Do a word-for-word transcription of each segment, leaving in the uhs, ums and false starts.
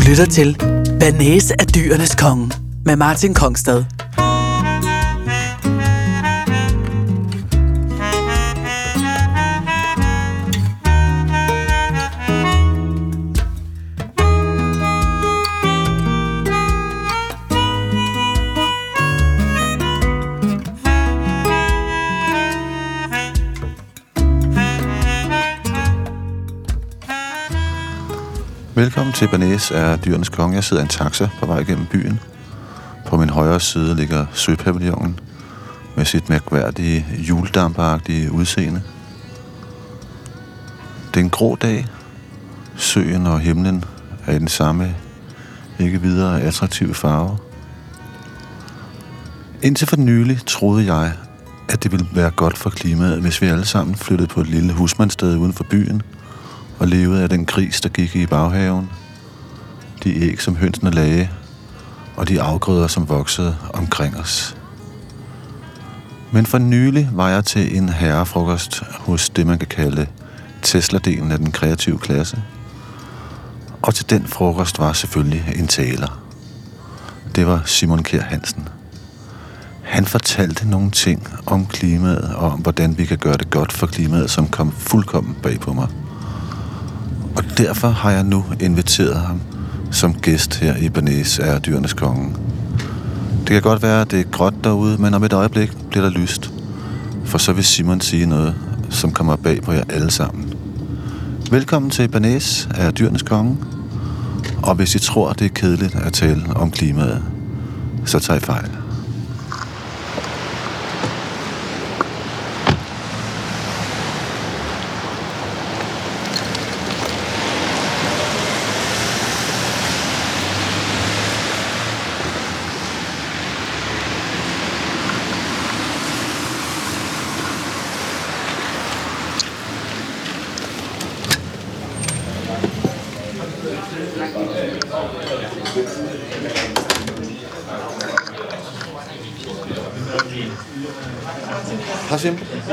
lytter til Banæs er dyrenes konge med Martin Kongstad. Velkommen til Banæs er dyrenes konge. Jeg sidder i en taxa på vej gennem byen. På min højre side ligger Søpavillonen med sit mærkværdige juledampagtige udseende. Det er en grå dag. Søen og himlen er i den samme, ikke videre attraktive farve. Indtil for nylig troede jeg, at det ville være godt for klimaet, hvis vi alle sammen flyttede på et lille husmandssted uden for byen og levede af den gris, der gik i baghaven, de æg, som hønsene lagde, og de afgrøder, som voksede omkring os. Men for nylig var jeg til en herrefrokost hos det, man kan kalde Tesla-delen af den kreative klasse. Og til den frokost var selvfølgelig en taler. Det var Simon Kjær Hansen. Han fortalte nogle ting om klimaet og om, hvordan vi kan gøre det godt for klimaet, som kom fuldkommen bag på mig. Og derfor har jeg nu inviteret ham som gæst her i Banæs er dyrenes konge. Det kan godt være, at det er gråt derude, men om et øjeblik bliver der lyst. For så vil Simon sige noget, som kommer bag på jer alle sammen. Velkommen til Banæs er dyrenes konge. Og hvis I tror, det er kedeligt at tale om klimaet, så tager I fejl. Hej Sim.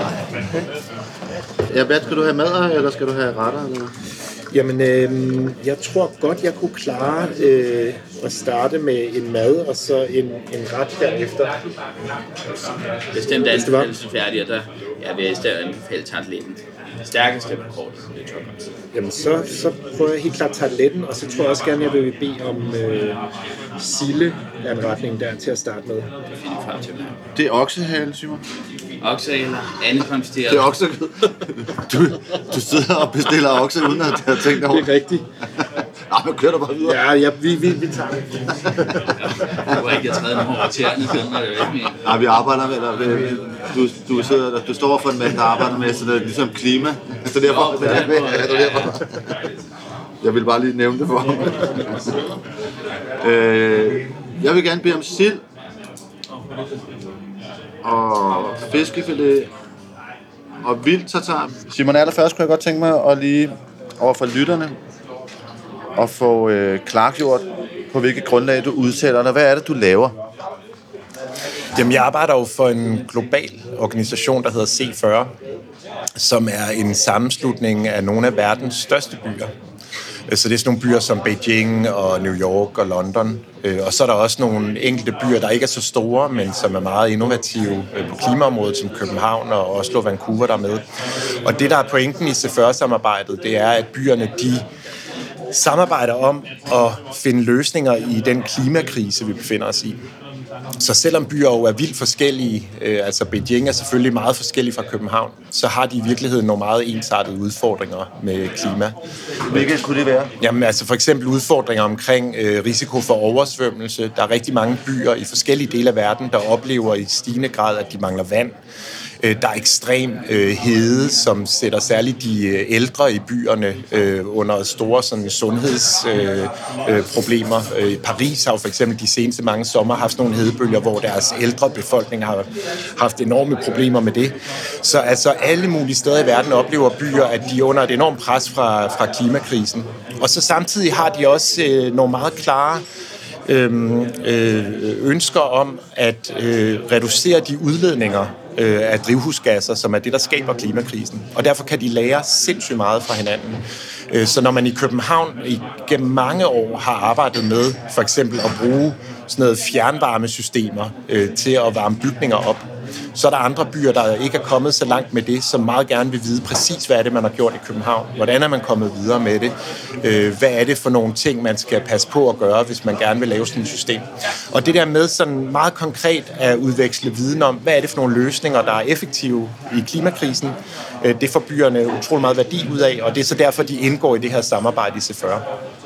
Ja, hvad skal du have mad, eller skal du have retter? Eller? Jamen, øh, jeg tror godt, jeg kunne klare øh, at starte med en mad, og så en, en ret derefter. Bestemt anbefalelse færdig, og der jeg vil jeg anbefale tarteletten. Stærkeste på kort, det tror jeg godt. Jamen, så, så prøver jeg helt klart tarteletten, og så tror jeg også gerne, jeg vil bede om øh, sille-anretning der til at starte med. Det er oksehale, Simon. Oksehale, andet konfiteret. Det er oksekød. Du, du sidder og bestiller okse, uden at have tænkt over. Det er rigtigt. Nej, men kører du bare videre. Ja, ja vi, vi, vi tager det. Det var ikke, jeg træder nogle over tæerne, så er det jo ikke mere. Nej, vi arbejder med dig. Du, du, sidder, du står for en mand, der arbejder med sådan noget, ligesom klima. Så derfor, Jo, det er derfor. Jeg vil bare lige nævne det for ham. øh, jeg vil gerne bede om sild og fiskefilet og vildt tartar. Simon, allerførst kunne jeg godt tænke mig at lige overfor lytterne og få øh, klargjort, på hvilket grundlag du udtaler dig. Hvad er det, du laver? Jamen, jeg arbejder jo for en global organisation, der hedder C fyrre, som er en sammenslutning af nogle af verdens største byer. Så det er sådan nogle byer som Beijing og New York og London. Og så er der også nogle enkelte byer, der ikke er så store, men som er meget innovative på klimaområdet, som København og Oslo og Vancouver, der er med. Og det, der er pointen i C fyrre-samarbejdet, det er, at byerne, de samarbejder om at finde løsninger i den klimakrise, vi befinder os i. Så selvom byer jo er vildt forskellige, øh, altså Beijing er selvfølgelig meget forskellig fra København, så har de i virkeligheden nogle meget ensartede udfordringer med klima. Hvilke kunne det være? Jamen altså for eksempel udfordringer omkring øh, risiko for oversvømmelse. Der er rigtig mange byer i forskellige dele af verden, der oplever i stigende grad, at de mangler vand. Der er ekstrem øh, hede, som sætter særligt de øh, ældre i byerne øh, under store sådan, sundhedsproblemer. Øh, øh, Paris har jo for eksempel de seneste mange sommer haft nogle hedebølger, hvor deres ældre befolkning har haft enorme problemer med det. Så altså alle mulige steder i verden oplever byer, at de er under et enormt pres fra, fra klimakrisen. Og så samtidig har de også øh, nogle meget klare ønsker om at øh, reducere de udledninger øh, af drivhusgasser, som er det, der skaber klimakrisen. Og derfor kan de lære sindssygt meget fra hinanden. Så når man i København gennem mange år har arbejdet med for eksempel at bruge sådan noget fjernvarmesystemer øh, til at varme bygninger op, så er der andre byer, der ikke er kommet så langt med det, som meget gerne vil vide præcis, hvad er det, man har gjort i København. Hvordan er man kommet videre med det? Øh, hvad er det for nogle ting, man skal passe på at gøre, hvis man gerne vil lave sådan et system? Og det der med sådan meget konkret at udveksle viden om, hvad er det for nogle løsninger, der er effektive i klimakrisen, øh, det får byerne utrolig meget værdi ud af, og det er så derfor, de indgår i det her samarbejde i C fyrre.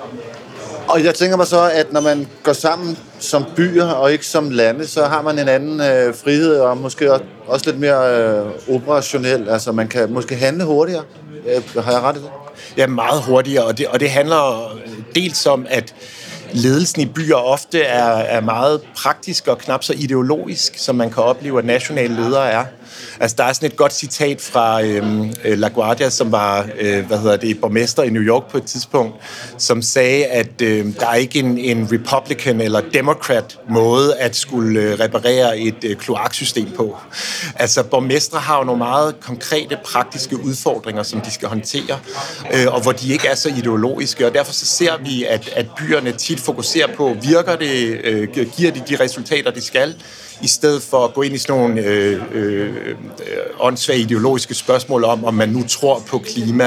Og jeg tænker mig så, at når man går sammen som byer og ikke som lande, så har man en anden øh, frihed og måske også lidt mere øh, operationel. Altså man kan måske handle hurtigere. Øh, har jeg ret i det? Ja, meget hurtigere, og det, og det handler dels om, at ledelsen i byer ofte er, er meget praktisk og knap så ideologisk, som man kan opleve, at nationale ledere er. Altså, der er sådan et godt citat fra øhm, LaGuardia, som var øh, hvad hedder det, borgmester i New York på et tidspunkt, som sagde, at øh, der er ikke en, en Republican eller Democrat måde at skulle øh, reparere et øh, kloaksystem på. Altså, borgmestre har jo nogle meget konkrete, praktiske udfordringer, som de skal håndtere, øh, og hvor de ikke er så ideologiske, og derfor så ser vi, at, at byerne tit fokuserer på, virker det, øh, giver de de resultater, de skal, i stedet for at gå ind i sådan nogle øh, øh, åndssvage ideologiske spørgsmål om, om man nu tror på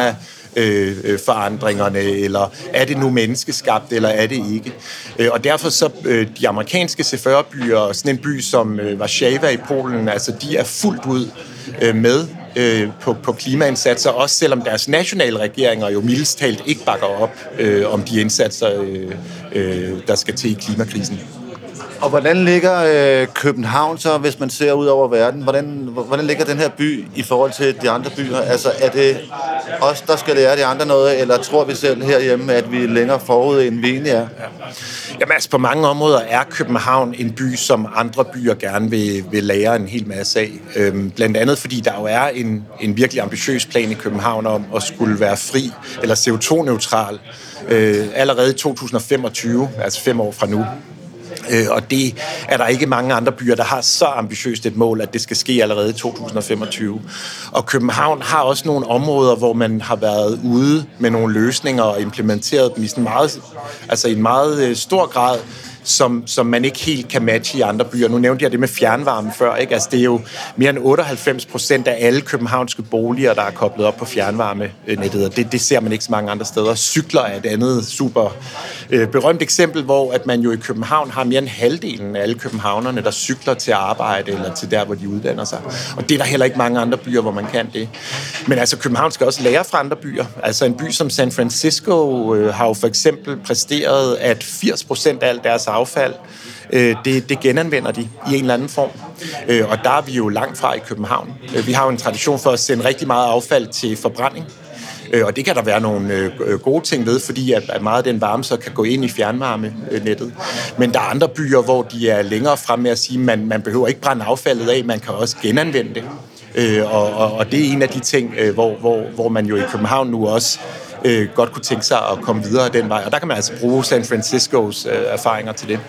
klimaforandringerne, øh, eller er det nu menneskeskabt, eller er det ikke. Øh, og derfor så øh, de amerikanske C fyrre byer, sådan en by som øh, Warszawa i Polen, altså de er fuldt ud øh, med øh, på, på klimaindsatser, også selvom deres nationale regeringer jo mildest talt ikke bakker op øh, om de indsatser, øh, øh, der skal til i klimakrisen. Og hvordan ligger øh, København så, hvis man ser ud over verden? Hvordan, hvordan ligger den her by i forhold til de andre byer? Altså, er det os, der skal lære de andre noget, eller tror vi selv herhjemme, at vi er længere forud, end vi egentlig er? Ja. Jamen altså, på mange områder er København en by, som andre byer gerne vil, vil lære en hel masse af. Øhm, blandt andet, fordi der jo er en, en virkelig ambitiøs plan i København om at skulle være fri, eller C O to neutral, øh, allerede i to tusind femogtyve, altså fem år fra nu. Øh, og det er der ikke mange andre byer, der har så ambitiøst et mål, at det skal ske allerede i to tusind femogtyve. Og København har også nogle områder, hvor man har været ude med nogle løsninger og implementeret dem i, sådan meget, altså i en meget stor grad, som, som man ikke helt kan matche i andre byer. Nu nævnte jeg det med fjernvarme før, ikke? Altså, det er jo mere end otteoghalvfems procent af alle københavnske boliger, der er koblet op på fjernvarmenettet, og det, det ser man ikke så mange andre steder. Cykler er et andet super øh, berømt eksempel, hvor at man jo i København har mere end halvdelen af alle københavnerne, der cykler til arbejde eller til der, hvor de uddanner sig. Og det er der heller ikke mange andre byer, hvor man kan det. Men altså, København skal også lære fra andre byer. Altså, en by som San Francisco øh, har jo for eksempel præsteret, at firs procent af alt deres affald, øh, det, det genanvender de i en eller anden form. Øh, og der er vi jo langt fra i København. Øh, vi har jo en tradition for at sende rigtig meget affald til forbrænding. Øh, og det kan der være nogle øh, gode ting ved, fordi at, at meget af den varme så kan gå ind i fjernvarmenettet. Men der er andre byer, hvor de er længere frem med at sige, at man, man behøver ikke brænde affaldet af, man kan også genanvende det. Øh, og, og, og det er en af de ting, øh, hvor, hvor, hvor man jo i København nu også øh, godt kunne tænke sig at komme videre den vej. Og der kan man altså bruge San Franciscos øh, erfaringer til det.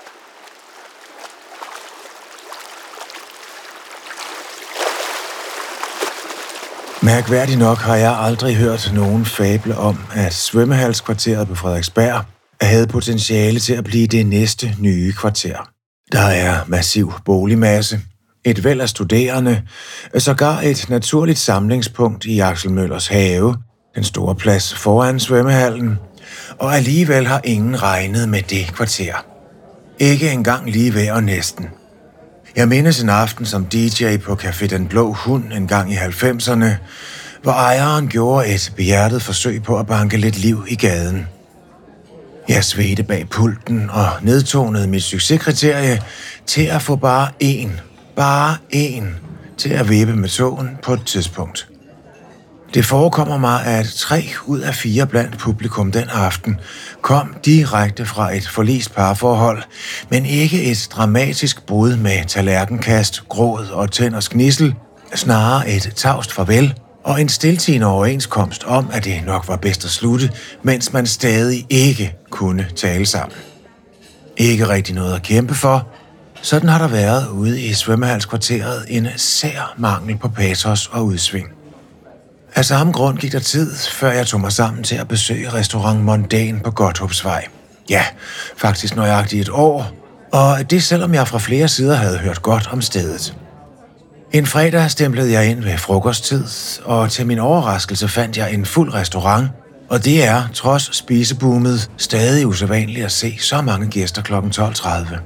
Mærkværdigt nok har jeg aldrig hørt nogen fable om, at svømmehalskvarteret på Frederiksberg havde potentiale til at blive det næste nye kvarter. Der er massiv boligmasse, et væld af studerende, sågar et naturligt samlingspunkt i Axel Møllers have, den store plads foran svømmehallen, og alligevel har ingen regnet med det kvarter. Ikke engang lige ved og næsten. Jeg mindes en aften som D J på Café Den Blå Hund en gang i halvfemserne, hvor ejeren gjorde et behjertet forsøg på at banke lidt liv i gaden. Jeg svedte bag pulten og nedtonede mit succeskriterie til at få bare én, bare én, til at vippe med tåen på et tidspunkt. Det forekommer mig, at tre ud af fire blandt publikum den aften kom direkte fra et forlist parforhold, men ikke et dramatisk brud med tallerkenkast, gråd og tænders gnissel, snarere et tavst farvel og en stiltiende overenskomst om, at det nok var bedst at slutte, mens man stadig ikke kunne tale sammen. Ikke rigtig noget at kæmpe for. Sådan har der været ude i svømmehalskvarteret en sær mangel på patos og udsving. Af samme grund gik der tid, før jeg tog mig sammen til at besøge restaurant Mondæn på Godthåbsvej. Ja, faktisk nøjagtigt et år, og det selvom jeg fra flere sider havde hørt godt om stedet. En fredag stemplede jeg ind ved frokosttid, og til min overraskelse fandt jeg en fuld restaurant, og det er, trods spiseboomet, stadig usædvanligt at se så mange gæster klokken tolv tredive.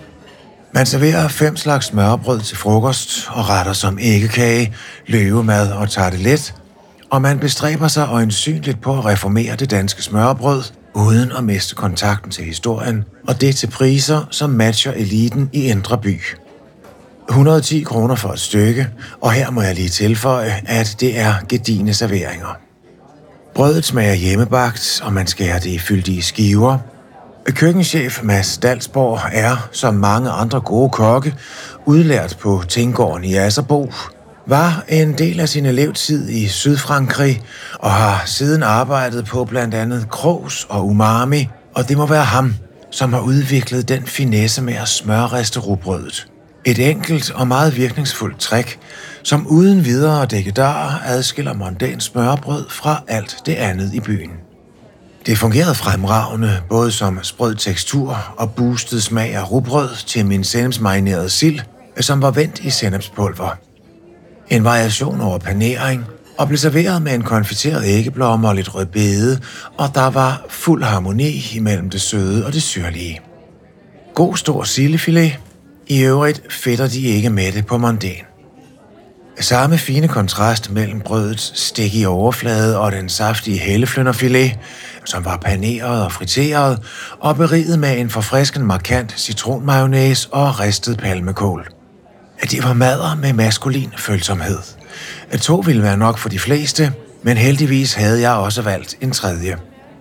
Man serverer fem slags smørbrød til frokost og retter som æggekage, løvemad og tartelet, og man bestræber sig øjensynligt på at reformere det danske smørbrød, uden at miste kontakten til historien, og det til priser, som matcher eliten i Indre By. et hundrede og ti kroner for et stykke, og her må jeg lige tilføje, at det er gedigne serveringer. Brødet smager hjemmebagt, og man skærer det i fyldige skiver. Køkkenchef Mads Dalsborg er, som mange andre gode kokke, udlært på Tinggården i Asserbo, var en del af sin elevtid i Sydfrankrig og har siden arbejdet på blandt andet krogs og umami, og det må være ham, som har udviklet den finesse med at smørriste rugbrødet. Et enkelt og meget virkningsfuldt trick, som uden videre dækkedar adskiller Mondæns smørbrød fra alt det andet i byen. Det fungerede fremragende, både som sprød tekstur og boostet smag af rugbrød til min sennepsmarinerede sild, som var vendt i sennepspulver. En variation over panering, og blev serveret med en konfiteret æggeblomme og lidt rødbede, og der var fuld harmoni imellem det søde og det syrlige. God stor sildefilet. I øvrigt fedter de ikke med det på Mondæn. Samme fine kontrast mellem brødets stikkige overflade og den saftige helleflønderfilet, som var paneret og friteret og beriget med en forfriskende markant citronmayonnaise og ristet palmekål. Det var madder med maskulin følsomhed. To ville være nok for de fleste, men heldigvis havde jeg også valgt en tredje.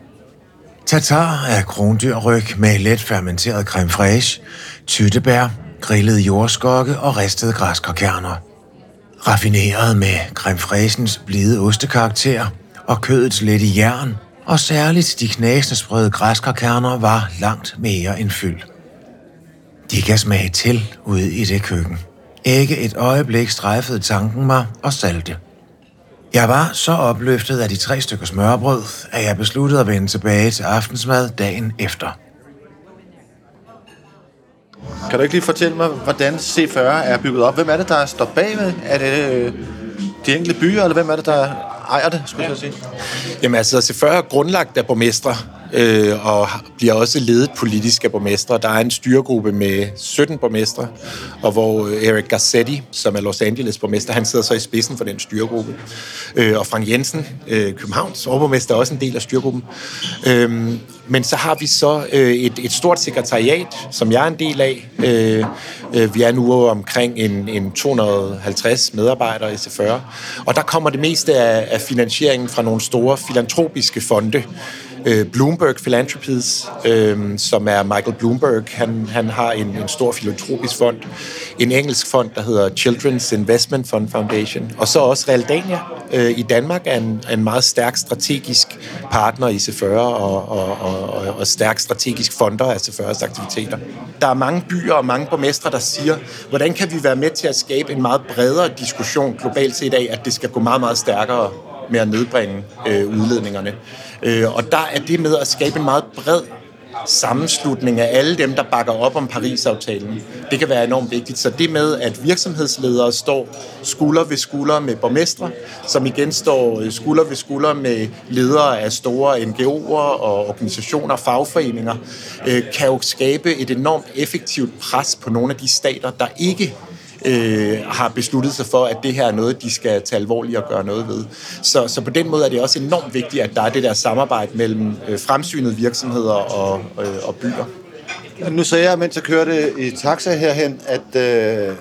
Tatar er krondyrryg med let fermenteret creme fraiche, tyttebær, grillet jordskokke og ristede græskarkerner. Raffineret med creme fraichens blide ostekarakter og kødets lette jern, og særligt de knasende sprøde græskarkerner var langt mere end fyld. De kan smage til ude i det køkken. Ikke et øjeblik strejfede tanken mig og salte. Jeg var så opløftet af de tre stykker smørbrød, at jeg besluttede at vende tilbage til aftensmad dagen efter. Kan du ikke lige fortælle mig, hvordan C fyrre er bygget op? Hvem er det, der står bagved? Er det øh, de enkelte byer, eller hvem er det, der ejer det, skulle jeg sige? Jamen altså, C fyrre er grundlagt af borgmestre, øh, og bliver også ledet politisk af borgmestre. Der er en styregruppe med sytten borgmestre, og hvor Eric Garcetti, som er Los Angeles borgmester, han sidder så i spidsen for den styregruppe. Øh, og Frank Jensen, øh, Københavns overborgmester, er også en del af styregruppen. Øh, men så har vi så øh, et, et stort sekretariat, som jeg er en del af. Øh, øh, vi er nu omkring en, en to hundrede og halvtreds medarbejdere i C fyrre, og der kommer det meste af, af finansieringen fra nogle store filantropiske fonde. Bloomberg Philanthropies, øh, som er Michael Bloomberg, han, han har en, en stor filantropisk fond, en engelsk fond, der hedder Children's Investment Fund Foundation, og så også Realdania øh, i Danmark er en, en meget stærk strategisk partner i C fyrre og, og, og, og stærk strategisk fonder af C fyrres aktiviteter. Der er mange byer og mange borgmestre, der siger, hvordan kan vi være med til at skabe en meget bredere diskussion globalt set af, at det skal gå meget, meget stærkere med at nedbringe øh, udledningerne. Øh, og der er det med at skabe en meget bred sammenslutning af alle dem, der bakker op om Paris-aftalen. Det kan være enormt vigtigt. Så det med, at virksomhedsledere står skulder ved skulder med borgmestre, som igen står skulder ved skulder med ledere af store N G O'er og organisationer og fagforeninger, øh, kan jo skabe et enormt effektivt pres på nogle af de stater, der ikke Øh, har besluttet sig for, at det her er noget, de skal tage alvorligt og gøre noget ved. Så, så på den måde er det også enormt vigtigt, at der er det der samarbejde mellem øh, fremsynede virksomheder og, øh, og byer. Nu sagde jeg, mens jeg kørte i taxa herhen, at, øh,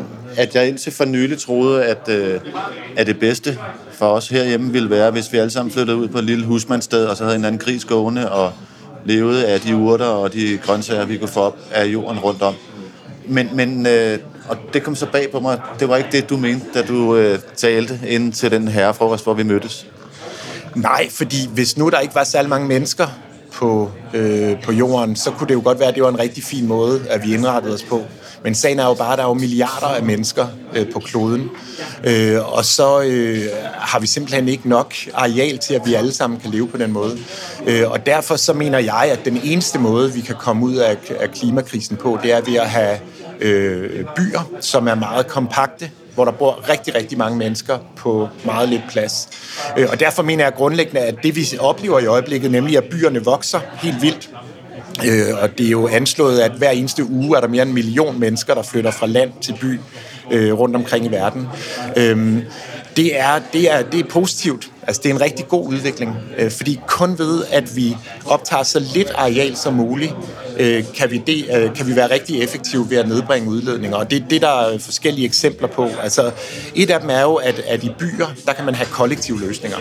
at jeg indtil for nylig troede, at, øh, at det bedste for os herhjemme ville være, hvis vi alle sammen flyttede ud på et lille husmandssted, og så havde en anden gris gående og levede af de urter og de grøntsager, vi kunne få op af jorden rundt om. Men, men øh, og det kom så bag på mig. Det var ikke det, du mente, da du øh, talte ind til den herrefrokost, hvor vi mødtes. Nej, fordi hvis nu der ikke var særlig mange mennesker på, øh, på jorden, så kunne det jo godt være, at det var en rigtig fin måde, at vi indrettede os på. Men sagen er jo bare, at der er jo milliarder af mennesker øh, på kloden, øh, og så øh, har vi simpelthen ikke nok areal til, at vi alle sammen kan leve på den måde. Øh, og derfor så mener jeg, at den eneste måde, vi kan komme ud af, af klimakrisen på, det er ved at have øh, byer, som er meget kompakte, hvor der bor rigtig, rigtig mange mennesker på meget lidt plads. Øh, og derfor mener jeg grundlæggende, at det vi oplever i øjeblikket, nemlig at byerne vokser helt vildt, Øh, og det er jo anslået, at hver eneste uge er der mere end en million mennesker, der flytter fra land til by øh, rundt omkring i verden. Øh, det, er, det, er, det er positivt. Altså, det er en rigtig god udvikling, øh, fordi kun ved, at vi optager så lidt areal som muligt, øh, kan, vi de, øh, kan vi være rigtig effektive ved at nedbringe udledninger. Og det er det, der er forskellige eksempler på. Altså, et af dem er jo, at, at i byer, der kan man have kollektive løsninger.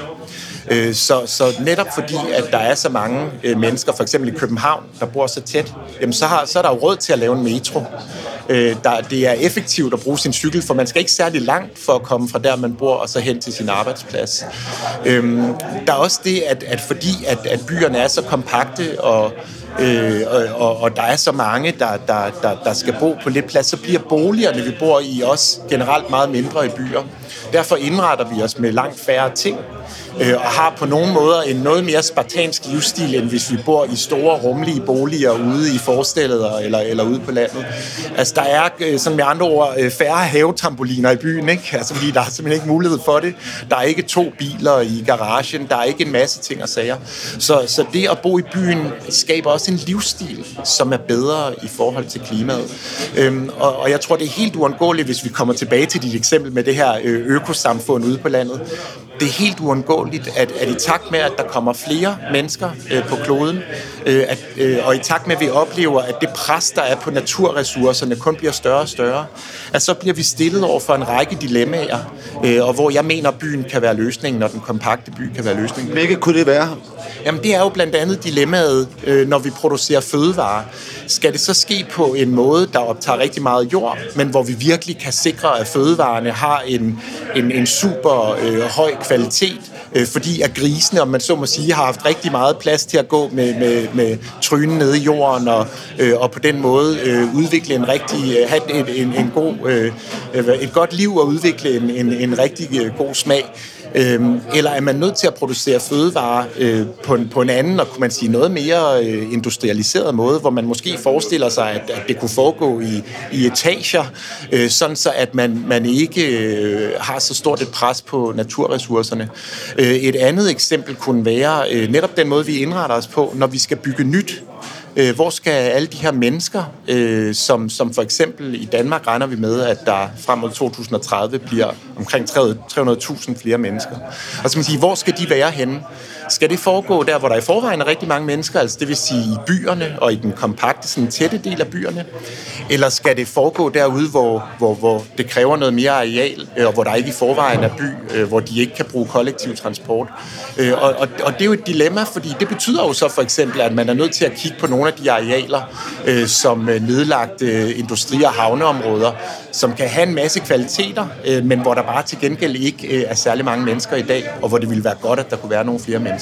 Så, så netop fordi, at der er så mange øh, mennesker, for eksempel i København, der bor så tæt, jamen så, har, så er der jo råd til at lave en metro. Øh, der, det er effektivt at bruge sin cykel, for man skal ikke særlig langt for at komme fra der, man bor, og så hen til sin arbejdsplads. Øh, der er også det, at, at fordi at, at byerne er så kompakte, og Øh, og, og der er så mange, der, der, der, der skal bo på lidt plads, så bliver boligerne, vi bor i, også generelt meget mindre i byer. Derfor indretter vi os med langt færre ting, øh, og har på nogle måder en noget mere spartansk livsstil, end hvis vi bor i store, rummelige boliger ude i forstæder eller, eller ude på landet. Altså, der er, sådan med andre ord, færre havetrampoliner i byen, ikke? Altså, fordi der er simpelthen ikke mulighed for det. Der er ikke to biler i garagen, der er ikke en masse ting og sager. Så, så det at bo i byen skaber også en livsstil, som er bedre i forhold til klimaet. Øhm, og, og jeg tror, det er helt uundgåeligt, hvis vi kommer tilbage til dit eksempel med det her økosamfund ude på landet. Det er helt uundgåeligt, at, at i takt med, at der kommer flere mennesker øh, på kloden, øh, at, øh, og i takt med, at vi oplever, at det pres, der er på naturressourcerne, kun bliver større og større, at så bliver vi stillet over for en række dilemmaer, øh, og hvor jeg mener, at byen kan være løsningen, og den kompakte by kan være løsningen. Hvilke kunne det være? Jamen, det er jo blandt andet dilemmaet, øh, når vi producerer fødevarer. Skal det så ske på en måde, der optager rigtig meget jord, men hvor vi virkelig kan sikre, at fødevarerne har en, en, en super øh, høj kvalitet, øh, fordi at grisene, om man så må sige, har haft rigtig meget plads til at gå med, med, med trynen nede i jorden, og, øh, og på den måde øh, udvikle en rigtig, øh, have et, en, en god, øh, et godt liv og udvikle en, en, en rigtig øh, god smag. Øhm, eller er man nødt til at producere fødevarer øh, på, en, på en anden, og kunne man sige noget mere øh, industrialiseret måde, hvor man måske forestiller sig, at, at det kunne foregå i, i etager, øh, sådan så at man, man ikke øh, har så stort et pres på naturressourcerne. Øh, et andet eksempel kunne være øh, netop den måde, vi indretter os på, når vi skal bygge nyt. Hvor skal alle de her mennesker, øh, som, som for eksempel i Danmark regner vi med, at der frem mod to tusind og tredive bliver omkring tre hundrede tusind flere mennesker. Og så man sige, hvor skal de være henne? Skal det foregå der, hvor der i forvejen er rigtig mange mennesker, altså det vil sige i byerne og i den kompakte, sådan tætte del af byerne? Eller skal det foregå derude, hvor, hvor, hvor det kræver noget mere areal, og hvor der ikke i forvejen er by, hvor de ikke kan bruge kollektiv transport? Og, og, og det er jo et dilemma, fordi det betyder jo så for eksempel, at man er nødt til at kigge på nogle af de arealer, som nedlagte industri- og havneområder, som kan have en masse kvaliteter, men hvor der bare til gengæld ikke er særlig mange mennesker i dag, og hvor det ville være godt, at der kunne være nogle flere mennesker.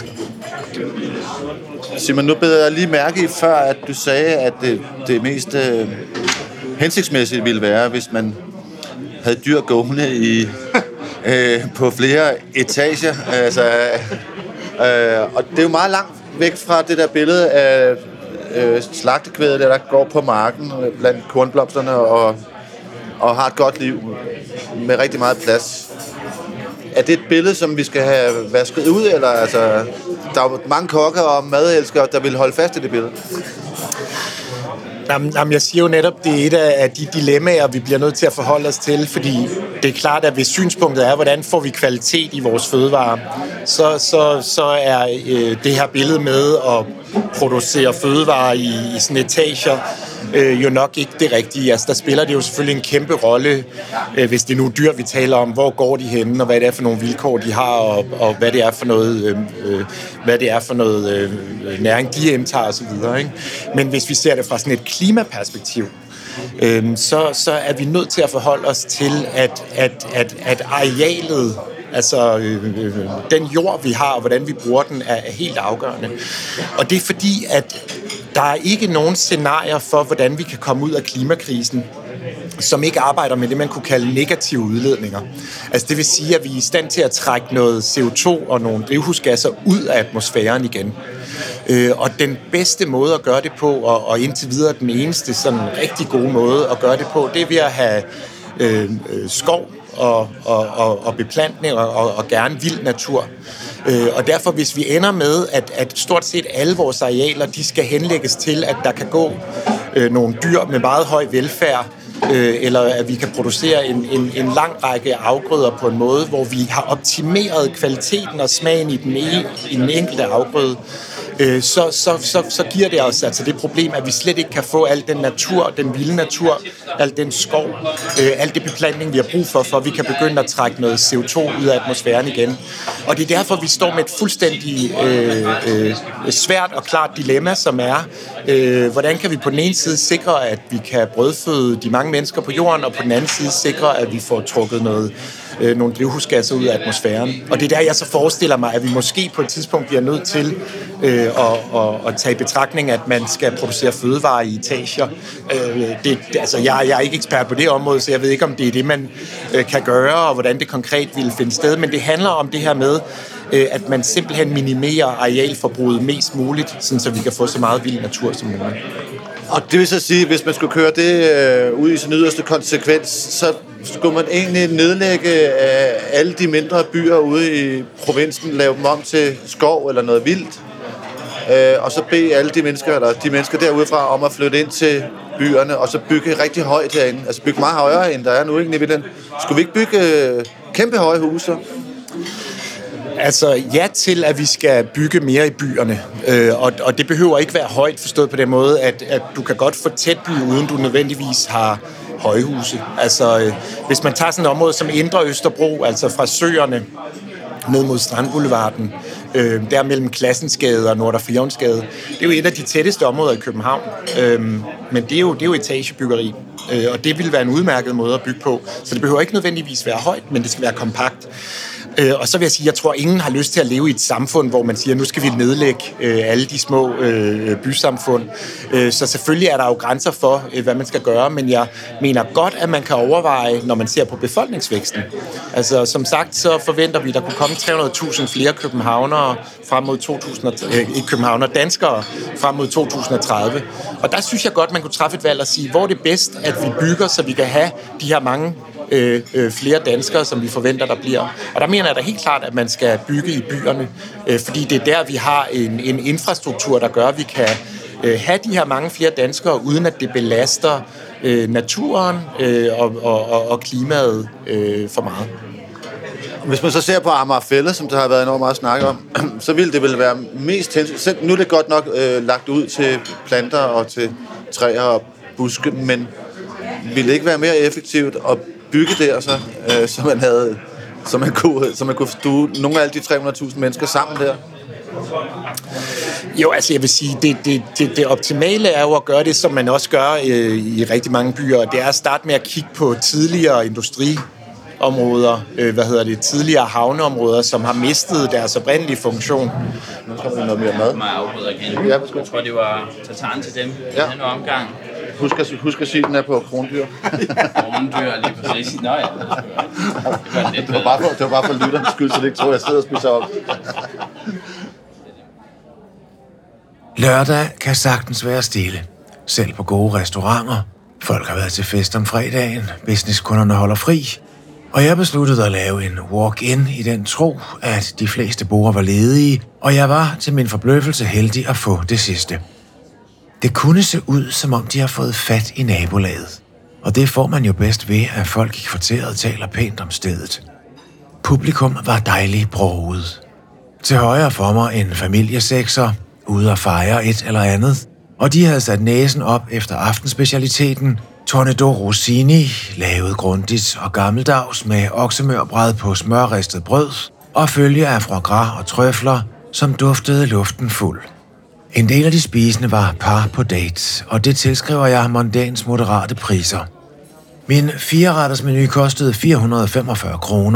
Simon, nu beder jeg lige mærke i før, at du sagde, at det, det mest øh, hensigtsmæssige ville være, hvis man havde dyr gående i, øh, på flere etager. Altså, øh, og det er jo meget langt væk fra det der billede af øh, slagtekvædet, der går på marken blandt kornblomsterne og, og har et godt liv med rigtig meget plads. Er det et billede, som vi skal have vasket ud, eller altså, der er jo mange kokker og madelskere, der vil holde fast i det billede? Jamen, jamen, jeg siger jo netop, det er et af de dilemmaer, vi bliver nødt til at forholde os til, fordi det er klart, at hvis synspunktet er, hvordan får vi kvalitet i vores fødevarer, så, så, så er øh, det her billede med at producere fødevarer i, i sådan etager, øh, jo nok ikke det rigtige. Altså, der spiller det jo selvfølgelig en kæmpe rolle, øh, hvis det er nogle dyr, vi taler om, hvor går de henne, og hvad det er for nogle vilkår, de har, og, og hvad det er for noget, øh, hvad det er for noget øh, næring, de indtager osv. Men hvis vi ser det fra sådan et klimaperspektiv, øh, så, så er vi nødt til at forholde os til, at, at, at, at arealet Altså, øh, den jord, vi har, og hvordan vi bruger den, er, er helt afgørende. Og det er fordi, at der er ikke nogen scenarier for, hvordan vi kan komme ud af klimakrisen, som ikke arbejder med det, man kunne kalde negative udledninger. Altså det vil sige, at vi er i stand til at trække noget C O to og nogle drivhusgasser ud af atmosfæren igen. Øh, og den bedste måde at gøre det på, og, og indtil videre den eneste sådan rigtig gode måde at gøre det på, det er ved at have øh, skov og, og, og, og beplantning og, og, og gerne vild natur. Øh, og derfor, hvis vi ender med, at, at stort set alle vores arealer, de skal henlægges til, at der kan gå øh, nogle dyr med meget høj velfærd, øh, eller at vi kan producere en, en, en lang række afgrøder på en måde, hvor vi har optimeret kvaliteten og smagen i den, e, i den enkelte afgrøde, øh, så, så, så, så giver det os altså det problem, at vi slet ikke kan få al den natur, den vilde natur, al den skov, øh, al det beplantning, vi har brug for, for at vi kan begynde at trække noget C O to ud af atmosfæren igen. Og det er derfor, vi står med et fuldstændig øh, øh, svært og klart dilemma, som er, øh, hvordan kan vi på den ene side sikre, at vi kan brødføde de mange mennesker på jorden, og på den anden side sikre, at vi får trukket noget, øh, nogle drivhusgasser ud af atmosfæren. Og det er der, jeg så forestiller mig, at vi måske på et tidspunkt bliver nødt til øh, at, at, at tage i betragtning, at man skal producere fødevarer i etager. Øh, det, altså, jeg, jeg er ikke ekspert på det område, så jeg ved ikke, om det er det, man øh, kan gøre, og hvordan det konkret vil finde sted. Men det handler om det her med, øh, at man simpelthen minimerer arealforbruget mest muligt, sådan så vi kan få så meget vild natur som muligt. Og det vil så sige, at hvis man skulle køre det øh, ud i sin yderste konsekvens, så skulle man egentlig nedlægge øh, alle de mindre byer ude i provinsen, lave dem om til skov eller noget vildt, øh, og så bede alle de mennesker, eller de mennesker derudefra om at flytte ind til byerne, og så bygge rigtig højt herinde. Altså bygge meget højere, end der er nu, ikke? Skulle vi ikke bygge øh, kæmpe høje huse? Altså ja til, at vi skal bygge mere i byerne, øh, og, og det behøver ikke være højt forstået på den måde, at, at du kan godt få tæt by, uden du nødvendigvis har højhuse. Altså øh, hvis man tager sådan et område som Indre Østerbro, altså fra Søerne ned mod Strandboulevarden, øh, der mellem Klassensgade og Nordre Frihavnsgade, det er jo et af de tætteste områder i København, øh, men det er jo, det er jo etagebyggeri, øh, og det vil være en udmærket måde at bygge på, så det behøver ikke nødvendigvis være højt, men det skal være kompakt. Øh, og så vil jeg sige, jeg tror, ingen har lyst til at leve i et samfund, hvor man siger, nu skal vi nedlægge øh, alle de små øh, bysamfund. Øh, så selvfølgelig er der jo grænser for, øh, hvad man skal gøre, men jeg mener godt, at man kan overveje, når man ser på befolkningsvæksten. Altså, som sagt, så forventer vi, at der kunne komme tre hundrede tusind flere københavnere frem mod to tusind, øh, ikke københavnere, danskere frem mod to tusind og tredive. Og der synes jeg godt, man kunne træffe et valg og sige, hvor er det bedst, at vi bygger, så vi kan have de her mange Øh, øh, flere danskere, som vi forventer, der bliver. Og der mener jeg da helt klart, at man skal bygge i byerne, øh, fordi det er der, vi har en, en infrastruktur, der gør, at vi kan øh, have de her mange flere danskere, uden at det belaster øh, naturen øh, og, og, og klimaet øh, for meget. Hvis man så ser på Amagerfælled, som der har været enormt meget snak om, så ville det vel være mest hensyn. Nu er det godt nok øh, lagt ud til planter og til træer og buske, men ville det ikke være mere effektivt at bygge der, så, øh, så man havde, så man kunne, så man kunne stue nogle af alle de tre hundrede tusind mennesker sammen der? Jo, altså jeg vil sige, det, det, det, det optimale er jo at gøre det, som man også gør øh, i rigtig mange byer, og det er at starte med at kigge på tidligere industriområder, øh, hvad hedder det, tidligere havneområder, som har mistet deres oprindelige funktion. Nu kommer der noget mere mad. Jeg afbryder igen. Jeg tror, det var tartaren til dem i ja. denne omgang. Husk at, husk at sige, at den er på krondyr. Krondyr, lige præcis. Nå ja, det var lidt det var bare for, det var bare for lytternes skyld, så det ikke tror, jeg sidder og spiser op. Lørdag kan sagtens være stille, selv på gode restauranter. Folk har været til fest om fredagen, businesskunderne holder fri, og jeg besluttede at lave en walk-in i den tro, at de fleste borde var ledige, og jeg var til min forbløffelse heldig at få det sidste. Det kunne se ud, som om de har fået fat i nabolaget, og det får man jo bedst ved, at folk i kvarteret taler pænt om stedet. Publikum var dejligt broget. Til højre for mig en familiesekser, ude at fejre et eller andet, og de havde sat næsen op efter aftenspecialiteten, Tornado Rossini, lavet grundigt og gammeldags med oksemørbræd på smørristet brød, og følge af foie gras og trøfler, som duftede luften fuld. En del af de spisende var par på dates, og det tilskriver jeg mondæns moderate priser. Min fire-retters menu kostede fire hundrede og femogfyrre kroner,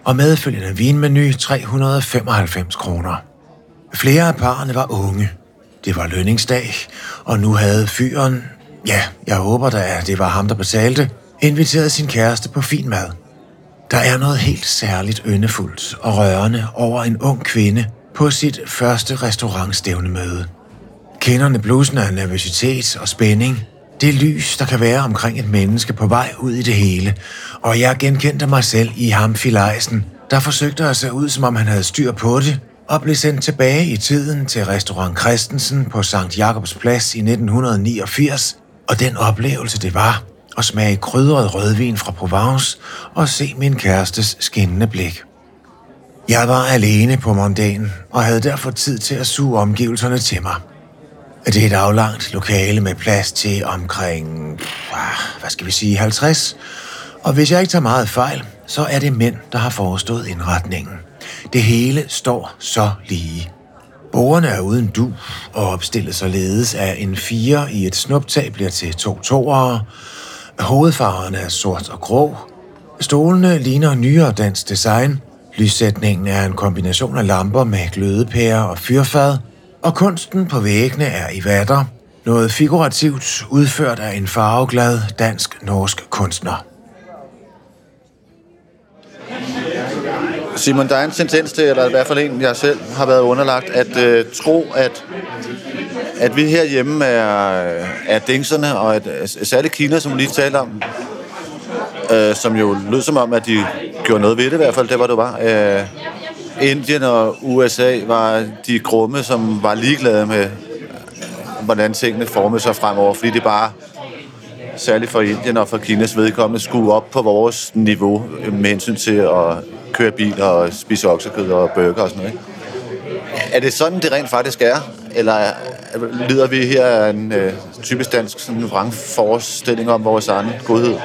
og medfølgende vinmenu tre hundrede og femoghalvfems kroner. Flere af parrene var unge. Det var lønningsdag, og nu havde fyren, ja, jeg håber da, at det var ham, der betalte, inviteret sin kæreste på fin mad. Der er noget helt særligt yndefuldt og rørende over en ung kvinde på sit første restaurantstævnemøde. Kinderne blusende af nervøsitet og spænding. Det lys, der kan være omkring et menneske på vej ud i det hele, og jeg genkendte mig selv i ham filajsen, der forsøgte at se ud, som om han havde styr på det, og blev sendt tilbage i tiden til restaurant Christensen på Sankt Jakobs Plads i nitten niogfirs, og den oplevelse det var at smage krydret rødvin fra Provence og se min kærestes skinnende blik. Jeg var alene på mondagen og havde derfor tid til at suge omgivelserne til mig. Det er et aflangt lokale med plads til omkring, hvad skal vi sige, halvtreds, og hvis jeg ikke tager meget fejl, så er det mænd, der har forestået indretningen. Det hele står så lige. Bordene er uden du og opstillet således af en fire i et snuptag bliver til to toere. Hovedfarverne er sort og grå. Stolene ligner nyere dansk design. Lyssætningen er en kombination af lamper med glødepærer og fyrfad. Og kunsten på væggene er i vatter. Noget figurativt udført af en farveglad dansk-norsk kunstner. Simon, der er en tendens til, eller i hvert fald en, jeg selv har været underlagt, at øh, tro, at, at vi herhjemme er, er dingserne, og at særligt Kina, som vi lige talte om, øh, som jo lød som om, at de gjorde noget ved det i hvert fald, det var det var. Øh, Indien og U S A var de grumme, som var ligeglade med, hvordan tingene formede sig fremover, fordi det bare, særligt for Indien og for Kinas vedkommende, skulle op på vores niveau med hensyn til at køre bil og spise oksekød og burger og sådan noget, ikke? Er det sådan, det rent faktisk er? Eller lider vi her af en øh, typisk dansk sådan vrangforestilling om vores egen godhed?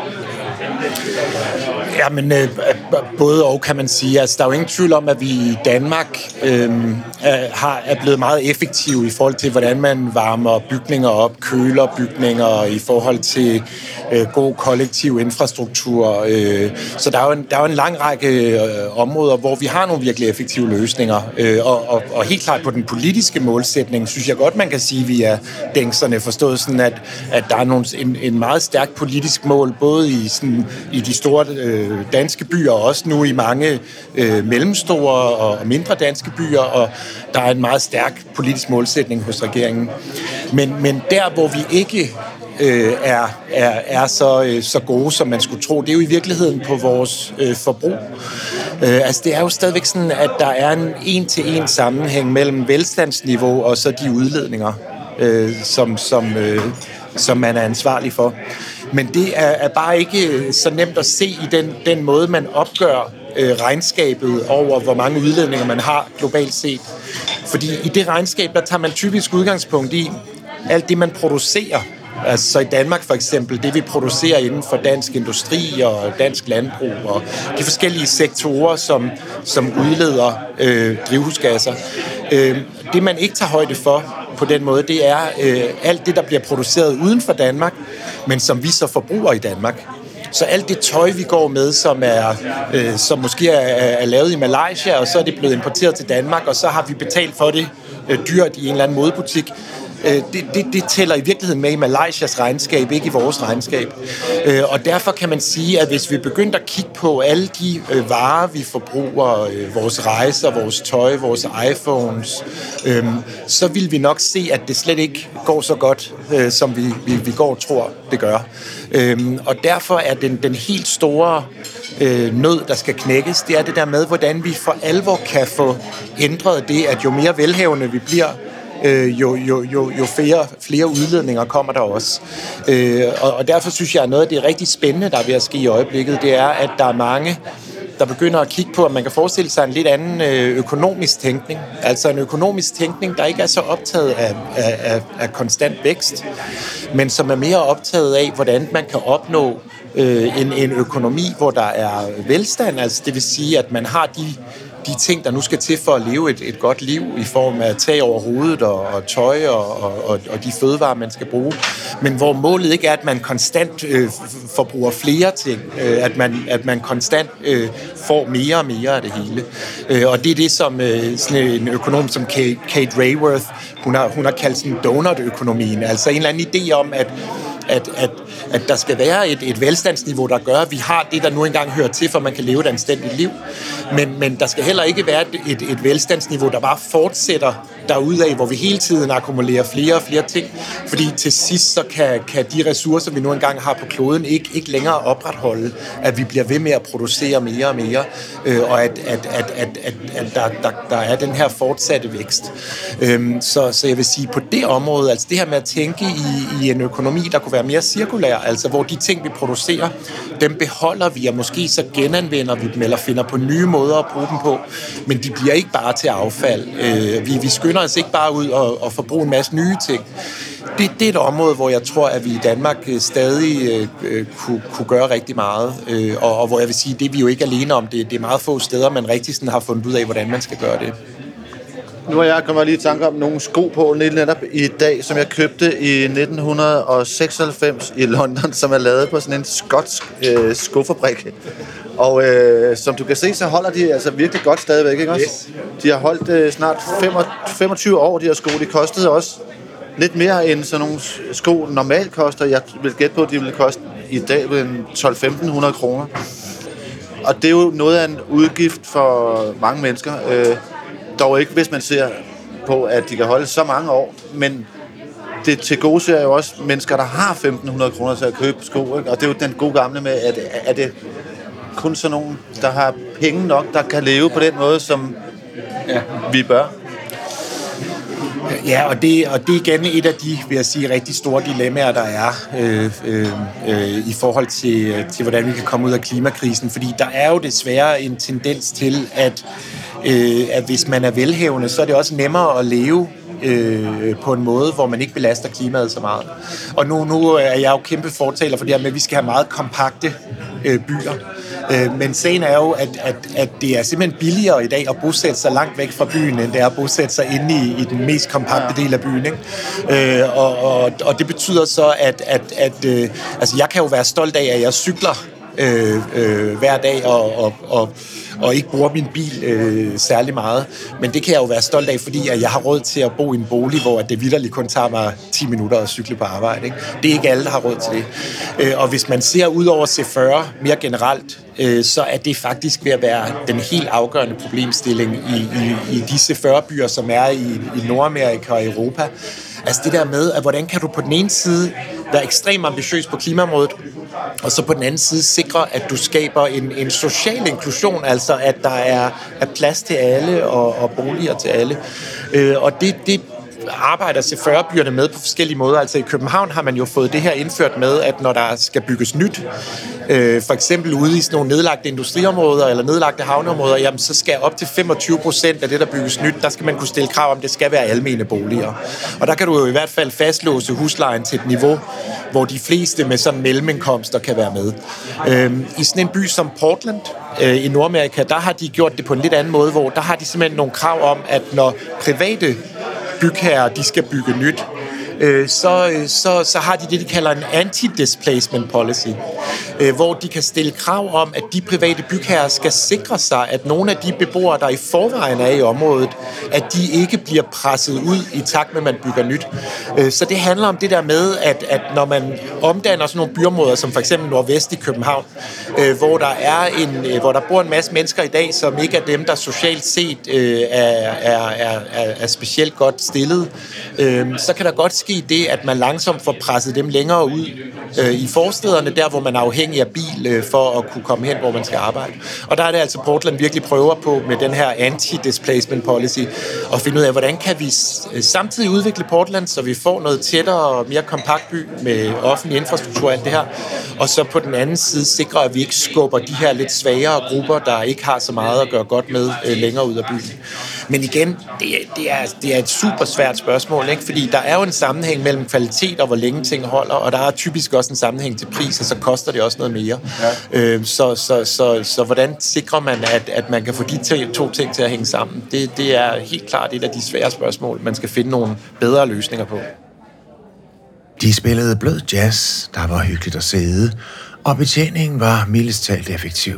Ja, men øh, både og kan man sige. Altså, der er jo ingen tvivl om, at vi i Danmark øh, er, har, er blevet meget effektive i forhold til, hvordan man varmer bygninger op, køler bygninger i forhold til øh, god kollektiv infrastruktur. Øh. Så der er, jo en, der er jo en lang række øh, områder, hvor vi har nogle virkelig effektive løsninger. Øh, og, og, og helt klart på den politiske målsætning, synes jeg godt, man kan sige, at vi er dængserne, forstået sådan, at, at der er nogle, en, en meget stærk politisk mål, både i, sådan, i de store øh, danske byer, og også nu i mange øh, mellemstore og mindre danske byer, og der er en meget stærk politisk målsætning hos regeringen. Men, men der, hvor vi ikke øh, er, er, er så, øh, så gode, som man skulle tro, det er jo i virkeligheden på vores øh, forbrug. Øh, altså det er jo stadigvæk sådan, at der er en en-til-en sammenhæng mellem velstandsniveau og så de udledninger, øh, som, som, øh, som man er ansvarlig for. Men det er, er bare ikke så nemt at se i den, den måde, man opgør øh, regnskabet over, hvor mange udledninger man har globalt set. Fordi i det regnskab, der tager man typisk udgangspunkt i alt det, man producerer. Altså så i Danmark for eksempel, det vi producerer inden for dansk industri og dansk landbrug og de forskellige sektorer, som, som udleder øh, drivhusgasser. Øh, det man ikke tager højde for på den måde, det er øh, alt det, der bliver produceret uden for Danmark, men som vi så forbruger i Danmark. Så alt det tøj, vi går med, som er øh, som måske er, er lavet i Malaysia, og så er det blevet importeret til Danmark, og så har vi betalt for det øh, dyrt i en eller anden modebutik. Det, det, det tæller i virkeligheden med i Malaysias regnskab, ikke i vores regnskab. Og derfor kan man sige, at hvis vi begyndte at kigge på alle de varer, vi forbruger, vores rejser, vores tøj, vores iPhones, så vil vi nok se, at det slet ikke går så godt, som vi, vi, vi går og tror, det gør. Og derfor er den, den helt store nød, der skal knækkes, det er det der med, hvordan vi for alvor kan få ændret det, at jo mere velhavende vi bliver, Øh, jo, jo, jo, jo flere, flere udledninger kommer der også. Øh, og, og derfor synes jeg, at noget af det rigtig spændende, der er ved at ske i øjeblikket, det er, at der er mange, der begynder at kigge på, at man kan forestille sig en lidt anden øh, økonomisk tænkning. Altså en økonomisk tænkning, der ikke er så optaget af, af, af, af konstant vækst, men som er mere optaget af, hvordan man kan opnå øh, en, en økonomi, hvor der er velstand. Altså det vil sige, at man har de de ting, der nu skal til for at leve et, et godt liv i form af tag over hovedet og, og tøj og, og, og de fødevarer, man skal bruge. Men hvor målet ikke er, at man konstant øh, forbruger flere ting, øh, at, man, at man konstant øh, får mere og mere af det hele. Øh, og det er det, som øh, sådan en økonom som Kate, Kate Raworth, hun har, hun har kaldt sådan donut-økonomien. Altså en eller anden idé om, at At, at, at der skal være et, et velstandsniveau, der gør, at vi har det, der nu engang hører til, for man kan leve et anstændigt liv. Men, men der skal heller ikke være et, et, et velstandsniveau, der bare fortsætter derudaf, hvor vi hele tiden akkumulerer flere og flere ting. Fordi til sidst, så kan, kan de ressourcer, vi nu engang har på kloden, ikke, ikke længere opretholde, at vi bliver ved med at producere mere og mere, øh, og at, at, at, at, at, at der, der, der er den her fortsatte vækst. Øhm, så, så jeg vil sige, på det område, altså det her med at tænke i, i en økonomi, der kunne være mere cirkulær, altså hvor de ting, vi producerer, dem beholder vi, og måske så genanvender vi dem, eller finder på nye måder at bruge dem på, men de bliver ikke bare til affald. Øh, vi, vi skynder os ikke bare ud og, og forbruge en masse nye ting. Det, det er et område, hvor jeg tror, at vi i Danmark stadig øh, kunne, kunne gøre rigtig meget, øh, og, og hvor jeg vil sige, det er vi jo ikke alene om. Det, det er meget få steder, man rigtig sådan har fundet ud af, hvordan man skal gøre det. Nu har jeg kommet lige i tanke om nogle sko på netop i dag, som jeg købte i nitten seksoghalvfems i London, som er lavet på sådan en skotsk øh, skofabrik. Og øh, som du kan se, så holder de altså virkelig godt stadigvæk, ikke også? Yes. De har holdt øh, snart femogtyve år, de her sko. De kostede også lidt mere end sådan nogle sko normalt koster. Jeg vil gætte på, at de ville koste i dag tolv til femten hundrede kroner. Og det er jo noget af en udgift for mange mennesker. Øh, dog ikke, hvis man ser på, at de kan holde så mange år. Men det til gode ser jo også mennesker, der har femten hundrede kroner til at købe sko. Ikke? Og det er jo den gode gamle med, at, at det kun sådan nogen, der har penge nok, der kan leve på den måde, som ja. vi bør. Ja, og det, og det er igen et af de, vil jeg sige, rigtig store dilemmaer, der er øh, øh, øh, i forhold til, til, hvordan vi kan komme ud af klimakrisen. Fordi der er jo desværre en tendens til, at, øh, at hvis man er velhavende, så er det også nemmere at leve øh, på en måde, hvor man ikke belaster klimaet så meget. Og nu, nu er jeg jo kæmpe fortaler for det her med, at vi skal have meget kompakte øh, byer. Men sagen er jo, at, at, at det er simpelthen billigere i dag at bosætte sig langt væk fra byen, end det er at bosætte sig inde i, i den mest kompakte del af byen. Ikke? Øh, og, og, og det betyder så, at, at, at øh, altså jeg kan jo være stolt af, at jeg cykler øh, øh, hver dag og, og, og, og ikke bruger min bil øh, særlig meget. Men det kan jeg jo være stolt af, fordi at jeg har råd til at bo i en bolig, hvor det vitterligt kun tager mig ti minutter at cykle på arbejde. Ikke? Det er ikke alle, der har råd til det. Øh, og hvis man ser ud over C fyrre mere generelt, øh, så er det faktisk ved at være den helt afgørende problemstilling i, i, i de C fyrre byer, som er i, i Nordamerika og Europa. Altså det der med, at hvordan kan du på den ene side være ekstremt ambitiøs på klimaområdet, og så på den anden side sikre, at du skaber en, en social inklusion, altså at der er, er plads til alle og, og boliger til alle. Øh, og det, det arbejder C fyrre-byerne med på forskellige måder. Altså i København har man jo fået det her indført med, at når der skal bygges nyt, øh, for eksempel ude i sådan nogle nedlagte industriområder eller nedlagte havneområder, jamen så skal op til femogtyve procent af det, der bygges nyt, der skal man kunne stille krav om, det skal være almene boliger. Og der kan du jo i hvert fald fastlåse huslejen til et niveau, hvor de fleste med sådan mellemindkomster kan være med. Øh, I sådan en by som Portland øh, i Nordamerika, der har de gjort det på en lidt anden måde, hvor der har de simpelthen nogle krav om, at når private bygherrer, de skal bygge nyt, øh, så, så, så har de det, de kalder en anti-displacement policy, øh, hvor de kan stille krav om, at de private bygherrer skal sikre sig, at nogle af de beboere, der i forvejen er i området, at de ikke bliver presset ud i takt med, at man bygger nyt. Øh, så det handler om det der med, at, at når man omdanner sådan nogle byområder, som for eksempel Nordvest i København, øh, hvor der er en, øh, hvor der bor en masse mennesker i dag, som ikke er dem, der socialt set øh, er, er, er, er specielt godt stillet, øh, så kan der godt ske det, at man langsomt får presset dem længere ud øh, i forstederne, der hvor man er afhængig af bil øh, for at kunne komme hen, hvor man skal arbejde. Og der er det altså, Portland virkelig prøver på med den her anti-displacement policy at finde ud af, hvordan kan vi samtidig udvikle Portland, så vi får noget tættere og mere kompakt by med offentlig infrastruktur og alt det her, og så på den anden side sikre, at vi ikke skubber de her lidt svagere grupper, der ikke har så meget at gøre godt med øh, længere ud af byen. Men igen, det er, det, er, det er et super svært spørgsmål, ikke? Fordi der er jo en sammenhæng mellem kvalitet og hvor længe ting holder, og der er typisk også en sammenhæng til pris, og så koster det også noget mere. Ja. Øh, så, så, så, så hvordan sikrer man, at, at man kan få de to ting til at hænge sammen? Det, det er helt klart et af de svære spørgsmål, man skal finde nogle bedre løsninger på. De spillede blød jazz, der var hyggeligt at sidde, og betjeningen var mildest talt effektiv.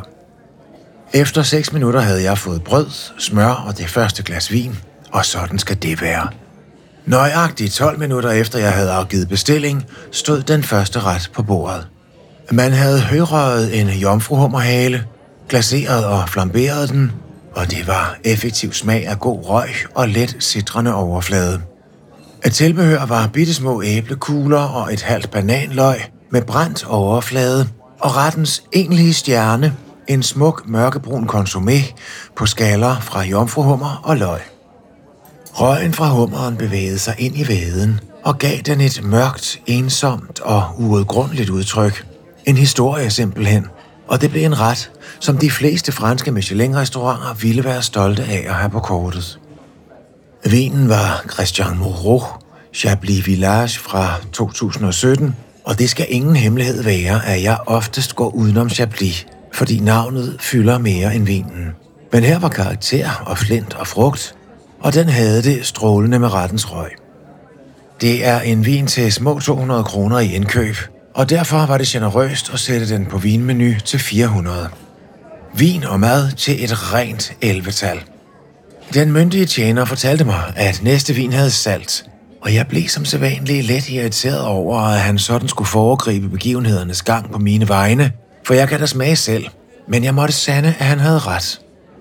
Efter seks minutter havde jeg fået brød, smør og det første glas vin, og sådan skal det være. Nøjagtigt tolv minutter efter jeg havde afgivet bestilling, stod den første ret på bordet. Man havde højrøget en jomfruhummerhale, glaseret og flamberet den, og det var effektiv smag af god røg og let citrende overflade. Et tilbehør var bittesmå æblekugler og et halvt bananløg med brændt overflade, og rettens egentlige stjerne, en smuk mørkebrun konsumé på skaller fra jomfruhummer og løg. Røgen fra hummeren bevægede sig ind i væden og gav den et mørkt, ensomt og uudgrundeligt udtryk. En historie simpelthen, og det blev en ret, som de fleste franske Michelin-restauranter ville være stolte af at have på kortet. Vinen var Christian Moreau, Chablis Village fra to tusind og sytten, og det skal ingen hemmelighed være, at jeg oftest går udenom Chablis, fordi navnet fylder mere end vinen. Men her var karakter og flint og frugt, og den havde det strålende med rettens røg. Det er en vin til små to hundrede kroner i indkøb, og derfor var det generøst at sætte den på vinmenu til fire hundrede. Vin og mad til et rent elleve-tal. Den myndige tjener fortalte mig, at næste vin havde salt, og jeg blev som sædvanligt let irriteret over, at han sådan skulle foregribe begivenhedernes gang på mine vegne, for jeg kan da smage selv, men jeg måtte sande, at han havde ret.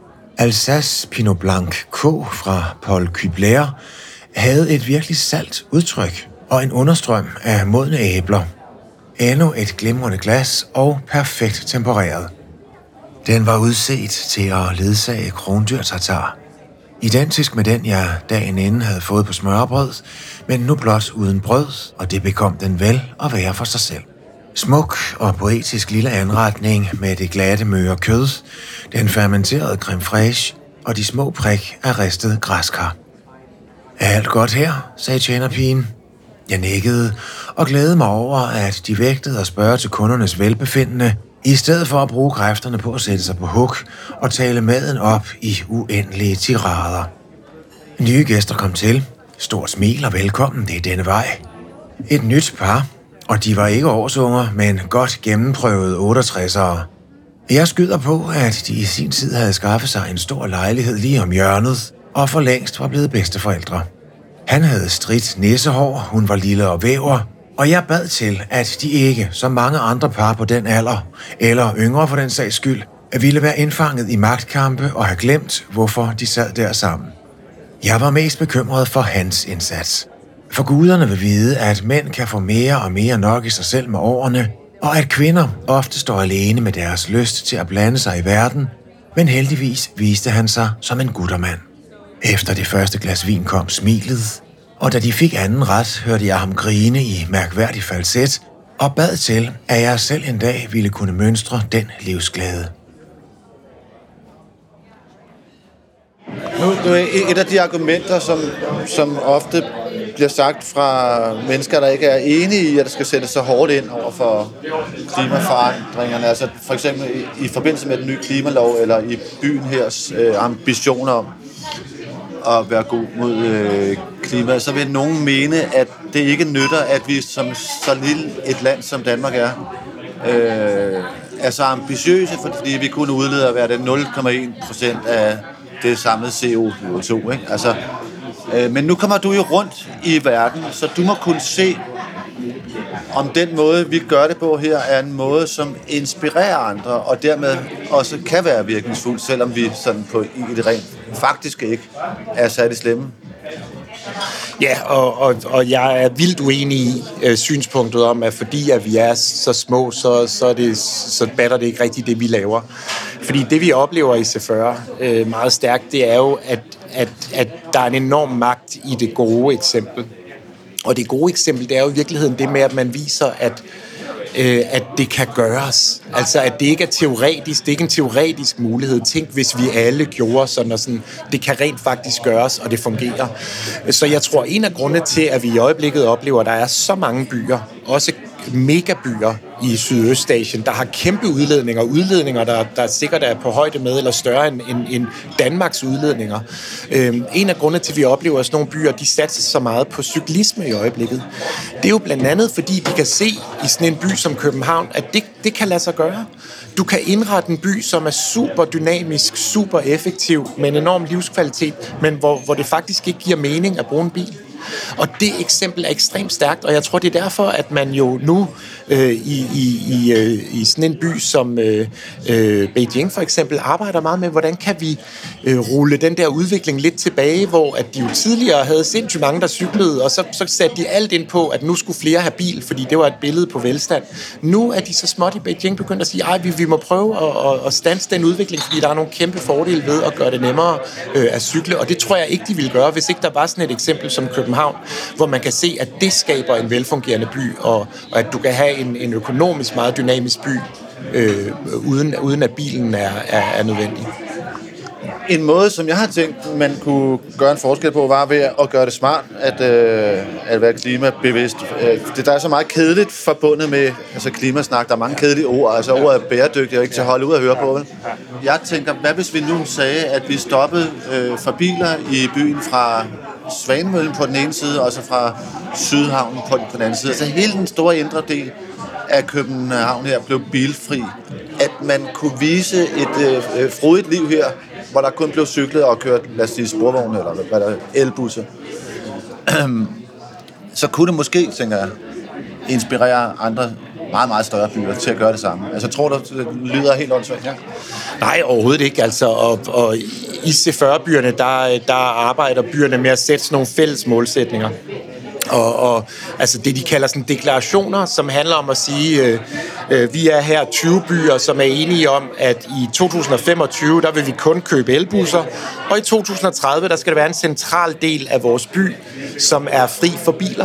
Alsace Pinot Blanc K fra Paul Cubler havde et virkelig salt udtryk og en understrøm af modne æbler. Endnu et glimrende glas og perfekt tempereret. Den var udset til at ledsage krondyr tartar. Identisk med den, jeg dagen inden havde fået på smørbrød, men nu blot uden brød, og det bekom den vel at være for sig selv. Smuk og poetisk lille anretning med det glatte møre kød, den fermenterede creme fraiche og de små prik af ristet græskar. Er alt godt her, sagde tjenerpigen. Jeg nikkede og glædede mig over, at de vægtede at spørge til kundernes velbefindende, i stedet for at bruge kræfterne på at sætte sig på huk og tale maden op i uendelige tirader. Nye gæster kom til. Stort smil og velkommen, det er denne vej. Et nyt par, og de var ikke årsunger, men godt gennemprøvede otteogtredsere. Jeg skyder på, at de i sin tid havde skaffet sig en stor lejlighed lige om hjørnet, og for længst var blevet bedsteforældre. Han havde stridt nissehår, hun var lille og væver, og jeg bad til, at de ikke, som mange andre par på den alder, eller yngre for den sags skyld, ville være indfanget i magtkampe og have glemt, hvorfor de sad der sammen. Jeg var mest bekymret for hans indsats. For guderne vil vide, at mænd kan få mere og mere nok i sig selv med årene, og at kvinder ofte står alene med deres lyst til at blande sig i verden, men heldigvis viste han sig som en guttermand. Efter det første glas vin kom smilet, og da de fik anden ret, hørte jeg ham grine i mærkværdig falset, og bad til, at jeg selv en dag ville kunne mønstre den livsglæde. Nu, nu er et af de argumenter, som, som ofte bliver sagt fra mennesker, der ikke er enige i, at der skal sættes så hårdt ind over for klimaforandringerne. Altså for eksempel i, i forbindelse med den nye klimalov, eller i byen her øh, ambitioner om at være god mod øh, klimaet, så vil nogen mene, at det ikke nytter, at vi som så lille et land som Danmark er, øh, er så ambitiøse, fordi vi kun udleder at være det nul komma en procent af det samlede C O to. Ikke? Altså, øh, men nu kommer du jo rundt i verden, så du må kunne se, om den måde, vi gør det på her, er en måde, som inspirerer andre, og dermed også kan være virkningsfuld, selvom vi sådan på, i det rent faktisk ikke er særlig slemme. Ja, og, og, og jeg er vildt uenig i øh, synspunktet om, at fordi at vi er så små, så, så, er det, så batter det ikke rigtigt det, vi laver. Fordi det, vi oplever i C fyrre øh, meget stærkt, det er jo, at, at, at der er en enorm magt i det gode eksempel. Og det gode eksempel, det er jo i virkeligheden det med, at man viser, at øh, at det kan gøres. Altså, at det ikke er teoretisk, det er ikke en teoretisk mulighed. Tænk, hvis vi alle gjorde sådan og sådan. Det kan rent faktisk gøres, og det fungerer. Så jeg tror, en af grundene til, at vi i øjeblikket oplever, at der er så mange byer, også megabyer i Sydøstasien, der har kæmpe udledninger, udledninger, der, der sikkert er på højde med, eller større end, end, end Danmarks udledninger. Øhm, en af grundene til, at vi oplever, at sådan nogle byer, de satser så meget på cyklisme i øjeblikket, det er jo blandt andet, fordi de kan se i sådan en by som København, at det, det kan lade sig gøre. Du kan indrette en by, som er super dynamisk, super effektiv, med en enorm livskvalitet, men hvor, hvor det faktisk ikke giver mening at bruge en bil. Og det eksempel er ekstremt stærkt, og jeg tror, det er derfor, at man jo nu øh, i, i, i, øh, i sådan en by som øh, øh, Beijing for eksempel arbejder meget med, hvordan kan vi øh, rulle den der udvikling lidt tilbage, hvor at de jo tidligere havde sindssygt mange, der cyklede, og så, så satte de alt ind på, at nu skulle flere have bil, fordi det var et billede på velstand. Nu er de så småt i Beijing begyndt at sige, at vi, vi må prøve at, at, at standse den udvikling, fordi der er nogle kæmpe fordele ved at gøre det nemmere øh, at cykle, og det tror jeg ikke, de ville gøre, hvis ikke der var sådan et eksempel som København, hvor man kan se, at det skaber en velfungerende by, og, og at du kan have en, en økonomisk meget dynamisk by, øh, uden, uden at bilen er, er, er nødvendig. En måde, som jeg har tænkt, man kunne gøre en forskel på, var ved at gøre det smart, at, øh, at være klimabevidst. Det, der er så meget kedeligt forbundet med altså klimasnak. Der er mange kedelige ord. Altså ordet er bæredygtigt og ikke til at holde ud at høre på. Vel? Jeg tænker, hvad hvis vi nu sagde, at vi stoppede øh, for biler i byen fra Svanemøllen på den ene side, og så fra Sydhavnen på den, på den anden side. Altså hele den store indre del af København her blev bilfri. At man kunne vise et øh, frodigt liv her, hvor der kun blev cyklet og kørt, lad os sige, sporvogne eller hvad der elbusser. Så kunne det måske, tænker jeg, inspirere andre meget, meget større byer til at gøre det samme. Altså, tror du, det lyder helt åndssvagt? Ja. Nej, overhovedet ikke. Altså, og, og i C fyrre byerne, der, der arbejder byerne med at sætte sådan nogle fælles målsætninger. Og, og altså det, de kalder sådan deklarationer, som handler om at sige, øh, øh, vi er her tyve byer, som er enige om, at i to tusind og femogtyve, der vil vi kun købe elbusser, og i to tusind og tredive, der skal der være en central del af vores by, som er fri for biler.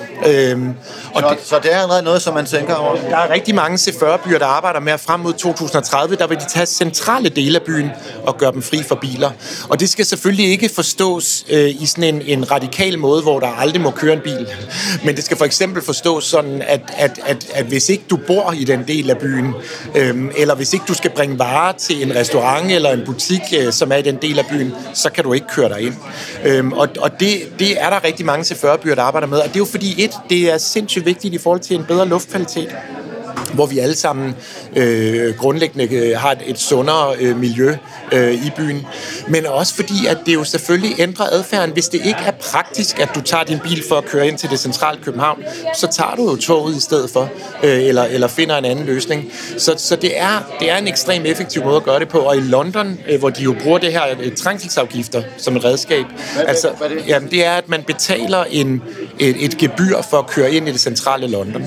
Øhm, og så, det, så det er allerede noget, som man tænker over? Der er rigtig mange C fyrre byer, der arbejder med at frem mod to tusind og tredive, der vil de tage centrale dele af byen og gøre dem fri for biler. Og det skal selvfølgelig ikke forstås øh, i sådan en, en radikal måde, hvor der aldrig må køre en bil. Men det skal for eksempel forstås sådan, at, at, at, at hvis ikke du bor i den del af byen, øh, eller hvis ikke du skal bringe varer til en restaurant eller en butik, øh, som er i den del af byen, så kan du ikke køre dig ind. Øh, og og det, det er der rigtig mange C fyrre byer, der arbejder med. Og det er jo fordi, et, det er sindssygt vigtigt i forhold til en bedre luftkvalitet, hvor vi alle sammen øh, grundlæggende øh, har et, et sundere øh, miljø øh, i byen. Men også fordi, at det jo selvfølgelig ændrer adfærden. Hvis det ikke er praktisk, at du tager din bil for at køre ind til det centrale København, så tager du jo toget i stedet for, øh, eller, eller finder en anden løsning. Så, så det, er, det er en ekstremt effektiv måde at gøre det på. Og i London, øh, hvor de jo bruger det her øh, trængselsafgifter som et redskab, hvad, altså, hvad det? Jamen, det er, at man betaler en, et, et gebyr for at køre ind i det centrale London.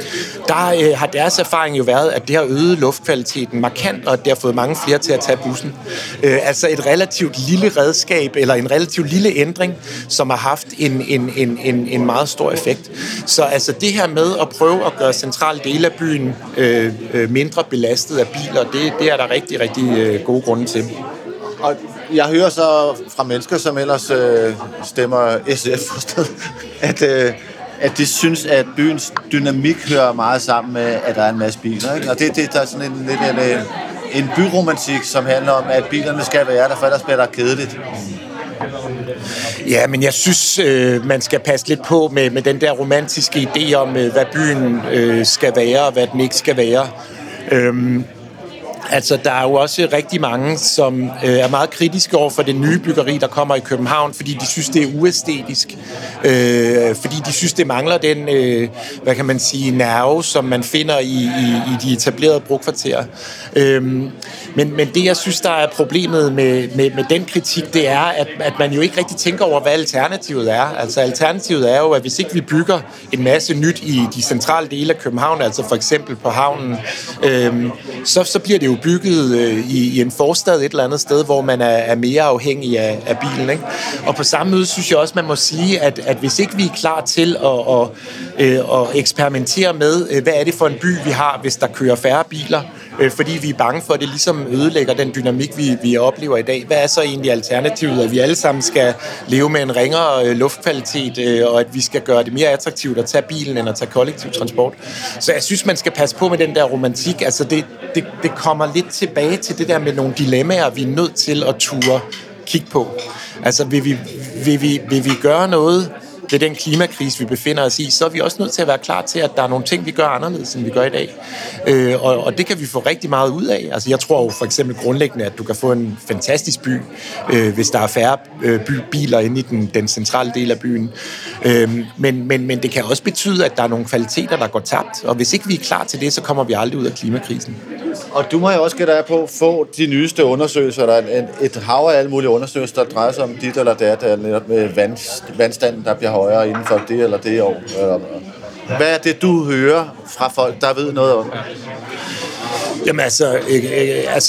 Der øh, har deres erfaring jo været, at det har øget luftkvaliteten markant, og at det har fået mange flere til at tage bussen. Øh, altså et relativt lille redskab, eller en relativt lille ændring, som har haft en, en, en, en, en meget stor effekt. Så altså det her med at prøve at gøre centrale dele af byen øh, øh, mindre belastet af biler, det, det er der rigtig, rigtig øh, gode grunde til. Og jeg hører så fra mennesker, som ellers øh, stemmer S F forstået, at... Øh, at de synes, at byens dynamik hører meget sammen med, at der er en masse biler. Ikke? Og det, det der er sådan en, lidt en, en byromantik, som handler om, at bilerne skal være der, for ellers bliver der kedeligt. Ja, men jeg synes, øh, man skal passe lidt på med, med den der romantiske idé om, øh, hvad byen øh, skal være, og hvad den ikke skal være. Øhm, Altså, der er jo også rigtig mange, som øh, er meget kritiske over for det nye byggeri, der kommer i København, fordi de synes, det er uæstetisk. Øh, fordi de synes, det mangler den, øh, hvad kan man sige, nerve, som man finder i, i, i de etablerede brokvarterer. Øh, men, men det, jeg synes, der er problemet med, med, med den kritik, det er, at, at man jo ikke rigtig tænker over, hvad alternativet er. Altså, alternativet er jo, at hvis ikke vi bygger en masse nyt i de centrale dele af København, altså for eksempel på havnen, øh, så, så bliver det jo jo bygget øh, i, i en forstad et eller andet sted, hvor man er, er mere afhængig af, af bilen, ikke? Og på samme måde synes jeg også, man må sige, at, at hvis ikke vi er klar til at, at, øh, at eksperimentere med, øh, hvad er det for en by, vi har, hvis der kører færre biler, øh, fordi vi er bange for, at det ligesom ødelægger den dynamik, vi, vi oplever i dag. Hvad er så egentlig alternativet? At vi alle sammen skal leve med en ringere øh, luftkvalitet, øh, og at vi skal gøre det mere attraktivt at tage bilen, end at tage kollektiv transport. Så jeg synes, man skal passe på med den der romantik. Altså det, det, det kommer lidt tilbage til det der med nogle dilemmaer, vi er nødt til at ture kigge på. Altså vil vi, vil vi, vil vi gøre noget ved den klimakrise, vi befinder os i, så er vi også nødt til at være klar til, at der er nogle ting, vi gør anderledes, end vi gør i dag. Øh, og, og det kan vi få rigtig meget ud af. Altså, jeg tror jo for eksempel grundlæggende, at du kan få en fantastisk by, øh, hvis der er færre øh, by, biler inde i den, den centrale del af byen. Øh, men, men, men det kan også betyde, at der er nogle kvaliteter, der går tabt. Og hvis ikke vi er klar til det, så kommer vi aldrig ud af klimakrisen. Og du må jo også gætte af på at få de nyeste undersøgelser. Der er et hav af alle mulige undersøgelser, der drejer sig om dit eller dat, eller med vand, vandstanden, der bliver højere inden for det eller det år. Hvad er det, du hører fra folk, der ved noget om det? Jamen altså, øh, øh, altså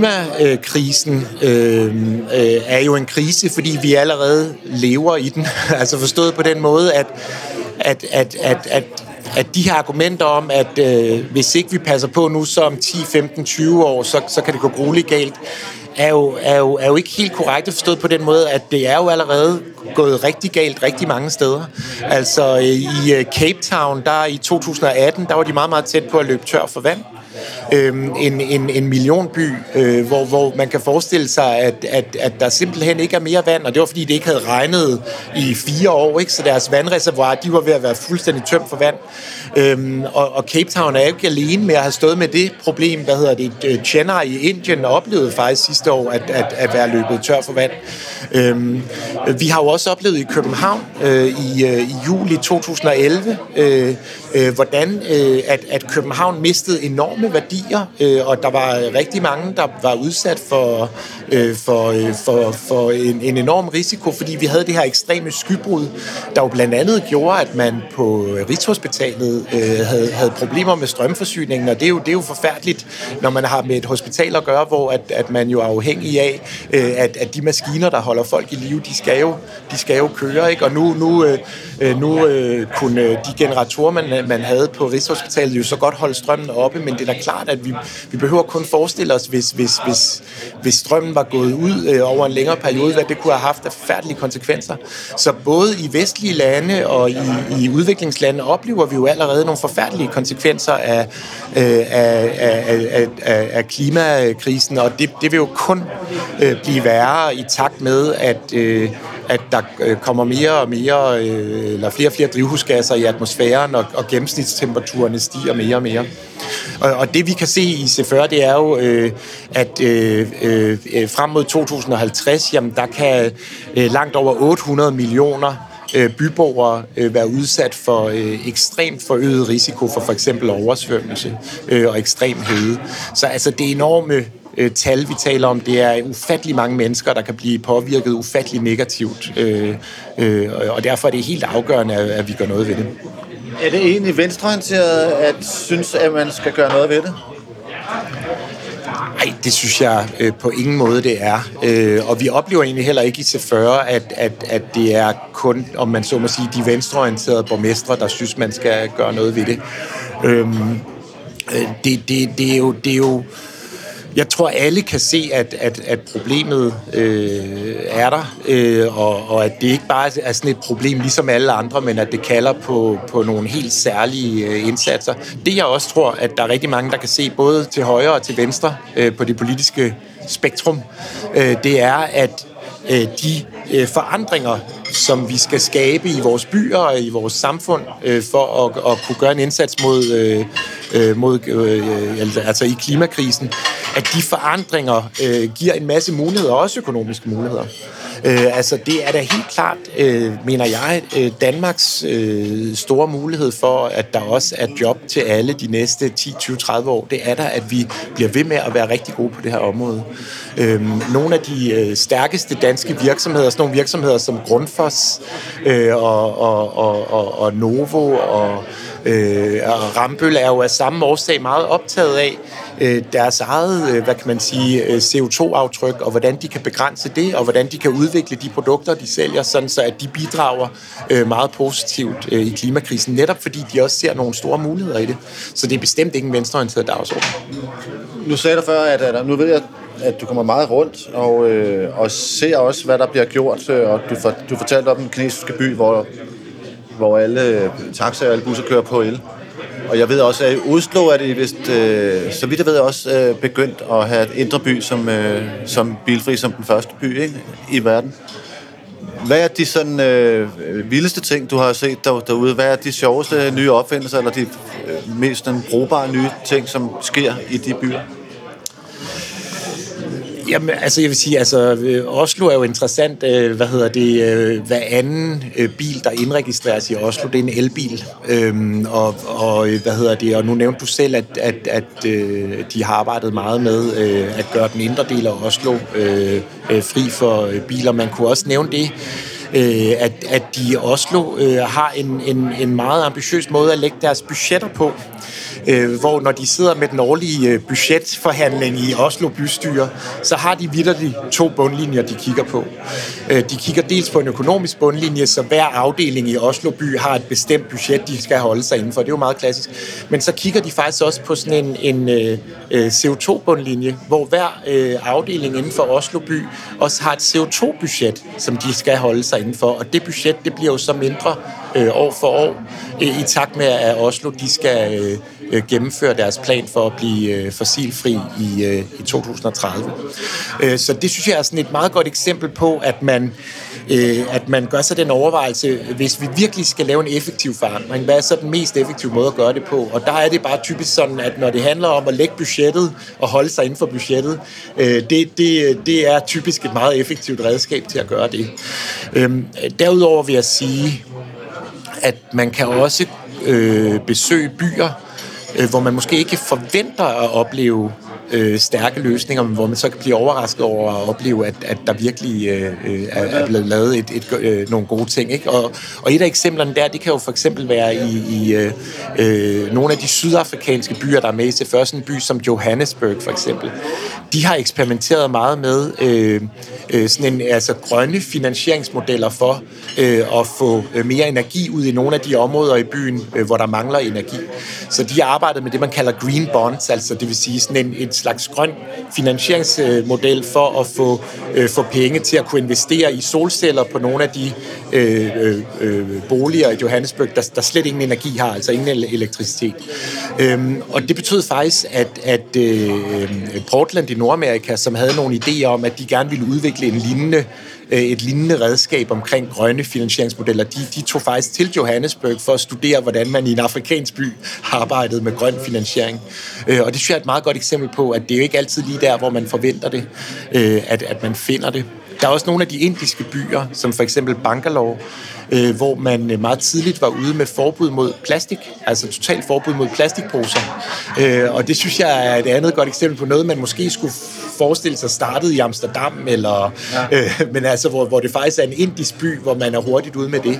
klimakrisen øh, øh, er jo en krise, fordi vi allerede lever i den. Altså forstået på den måde, at, at, at, at, at at de her argumenter om, at øh, hvis ikke vi passer på nu, så om ti, femten, tyve år, så, så kan det gå grueligt galt, er jo, er, jo, er jo ikke helt korrekt forstået på den måde, at det er jo allerede gået rigtig galt rigtig mange steder. Altså i Cape Town, der i to tusind og atten, der var de meget, meget tæt på at løbe tør for vand. Øhm, en, en, en millionby, øh, hvor, hvor man kan forestille sig, at, at, at der simpelthen ikke er mere vand, og det var fordi, det ikke havde regnet i fire år, ikke? Så deres vandreservoir, de var ved at være fuldstændig tømt for vand. Øhm, og, og Cape Town er jo ikke alene med at have stået med det problem, hvad hedder det, Chennai i Indien oplevede faktisk sidste år, at, at, at være løbet tør for vand. Øhm, vi har jo også oplevet i København øh, i, øh, i juli to tusind og elleve, øh, øh, hvordan øh, at, at København mistede enorme værdier, øh, og der var rigtig mange, der var udsat for, øh, for, øh, for, for en, en enorm risiko, fordi vi havde det her ekstreme skybrud, der jo blandt andet gjorde, at man på Rigshospitalet øh, havde, havde problemer med strømforsyningen, og det er, jo, det er jo forfærdeligt, når man har med et hospital at gøre, hvor at, at man jo er afhængig af, øh, at, at de maskiner, der holder folk i live, de skal jo, de skal jo køre, ikke? Og nu, nu, øh, nu øh, kunne de generatorer, man, man havde på Rigshospitalet, jo så godt holde strømmen oppe, men det er da klart, at vi, vi behøver kun forestille os, hvis, hvis, hvis, hvis strømmen var gået ud øh, over en længere periode, hvad det kunne have haft af forfærdelige konsekvenser. Så både i vestlige lande og i, i udviklingslande oplever vi jo allerede nogle forfærdelige konsekvenser af, øh, af, af, af, af, af klimakrisen, og det, det vil jo kun øh, blive værre i takt med, at øh, at der kommer mere og mere, øh, eller flere og flere drivhusgasser i atmosfæren, og, og gennemsnitstemperaturerne stiger mere og mere. Og, og det vi kan se i C fyrre, det er jo, øh, at øh, øh, frem mod to tusind og halvtreds, jamen der kan øh, langt over otte hundrede millioner øh, byborgere øh, være udsat for øh, ekstremt forøget risiko for for eksempel oversvømmelse øh, og ekstrem hede. Så altså det enorme tal, vi taler om, det er ufattelig mange mennesker, der kan blive påvirket ufattelig negativt. Øh, øh, og derfor er det helt afgørende, at vi gør noget ved det. Er det egentlig venstreorienteret at synes, at man skal gøre noget ved det? Nej, det synes jeg øh, på ingen måde, det er. Øh, og vi oplever egentlig heller ikke i C fyrre, at, at, at det er kun, om man så må sige, de venstreorienterede borgmestre, der synes, man skal gøre noget ved det. Øh, det, det, det er jo... Det er jo Jeg tror, alle kan se, at, at, at problemet øh, er der, øh, og, og at det ikke bare er sådan et problem ligesom alle andre, men at det kalder på, på nogle helt særlige øh, indsatser. Det jeg også tror, at der er rigtig mange, der kan se både til højre og til venstre øh, på det politiske spektrum, øh, det er, at øh, de øh, forandringer, som vi skal skabe i vores byer og i vores samfund, øh, for at, at kunne gøre en indsats mod, øh, mod øh, altså i klimakrisen, at de forandringer øh, giver en masse muligheder, også økonomiske muligheder. Øh, altså, det er da helt klart, øh, mener jeg, øh, Danmarks øh, store mulighed for, at der også er job til alle de næste ti, tyve, tredive år. Det er der, at vi bliver ved med at være rigtig gode på det her område. Øh, nogle af de øh, stærkeste danske virksomheder, sådan nogle virksomheder som Grundfos øh, og, og, og, og, og Novo og Øh, og Rambøll er jo af samme årsag meget optaget af øh, deres eget, øh, hvad kan man sige, C O to aftryk, og hvordan de kan begrænse det, og hvordan de kan udvikle de produkter, de sælger, sådan så at de bidrager øh, meget positivt øh, i klimakrisen, netop fordi de også ser nogle store muligheder i det. Så det er bestemt ikke en venstreorienteret dagsorden. Nu sagde du før, at, at nu ved jeg, at du kommer meget rundt og, øh, og ser også, hvad der bliver gjort, og du, for, du fortalte om den kinesiske by, hvor hvor alle taxaer og alle busser kører på el. Og jeg ved også, at i Oslo er det vist, øh, så vidt jeg ved, også øh, begyndt at have et indre by som, øh, som bilfri, som den første by, ikke, i verden. Hvad er de sådan øh, vildeste ting, du har set der, derude? Hvad er de sjoveste nye opfindelser, eller de øh, mest den brugbare nye ting, som sker i de byer? Jamen, altså jeg vil sige, altså Oslo er jo interessant, øh, hvad hedder det, øh, hver anden øh, bil, der indregistreres i Oslo, det er en elbil, øhm, og, og hvad hedder det, og nu nævnte du selv, at, at, at øh, de har arbejdet meget med øh, at gøre den indre del af Oslo øh, øh, fri for øh, biler. Man kunne også nævne det, øh, at, at de i Oslo øh, har en, en, en meget ambitiøs måde at lægge deres budgetter på. Øh, hvor når de sidder med den årlige øh, budgetforhandling i Oslo bystyre, så har de vitterligt to bundlinjer, de kigger på. Øh, de kigger dels på en økonomisk bundlinje, så hver afdeling i Oslo by har et bestemt budget, de skal holde sig indenfor. Det er jo meget klassisk. Men så kigger de faktisk også på sådan en, en øh, C O to bundlinje, hvor hver øh, afdeling inden for Oslo by også har et C O to budget, som de skal holde sig indenfor. Og det budget, det bliver jo så mindre øh, år for år, øh, i takt med, at Oslo de skal øh, gennemføre deres plan for at blive fossilfri i, i to tusind og tredive. Så det synes jeg er sådan et meget godt eksempel på, at man, at man gør sig den overvejelse, hvis vi virkelig skal lave en effektiv forandring, hvad er så den mest effektive måde at gøre det på? Og der er det bare typisk sådan, at når det handler om at lægge budgettet og holde sig inden for budgettet, det, det, det er typisk et meget effektivt redskab til at gøre det. Derudover vil jeg sige, at man kan også øh, besøge byer, hvor man måske ikke forventer at opleve øh, stærke løsninger, men hvor man så kan blive overrasket over at opleve, at, at der virkelig øh, er, er blevet lavet et, et, øh, nogle gode ting. Ikke? Og, og et af eksemplerne der, det kan jo for eksempel være i, i øh, nogle af de sydafrikanske byer, der er med i C først, en by som Johannesburg for eksempel. De har eksperimenteret meget med øh, øh, sådan en, altså grønne finansieringsmodeller for øh, at få mere energi ud i nogle af de områder i byen, øh, hvor der mangler energi. Så de har arbejdet med det, man kalder green bonds, altså det vil sige sådan en, en slags grøn finansieringsmodel for at få, øh, få penge til at kunne investere i solceller på nogle af de øh, øh, boliger i Johannesburg, der, der slet ingen energi har, altså ingen elektricitet. Øhm, og det betød faktisk, at, at øh, Portland i Nordamerika, som havde nogle idéer om, at de gerne ville udvikle en lignende et lignende redskab omkring grønne finansieringsmodeller. De, de tog faktisk til Johannesburg for at studere, hvordan man i en afrikansk by har arbejdet med grøn finansiering. Og det synes jeg er et meget godt eksempel på, at det er jo ikke altid lige der, hvor man forventer det, at, at man finder det. Der er også nogle af de indiske byer, som for eksempel Bangalore, øh, hvor man meget tidligt var ude med forbud mod plastik, altså totalt forbud mod plastikposer. Øh, og det synes jeg er et andet godt eksempel på noget, man måske skulle forestille sig startet i Amsterdam, eller, ja. øh, men altså hvor, hvor det faktisk er en indisk by, hvor man er hurtigt ude med det.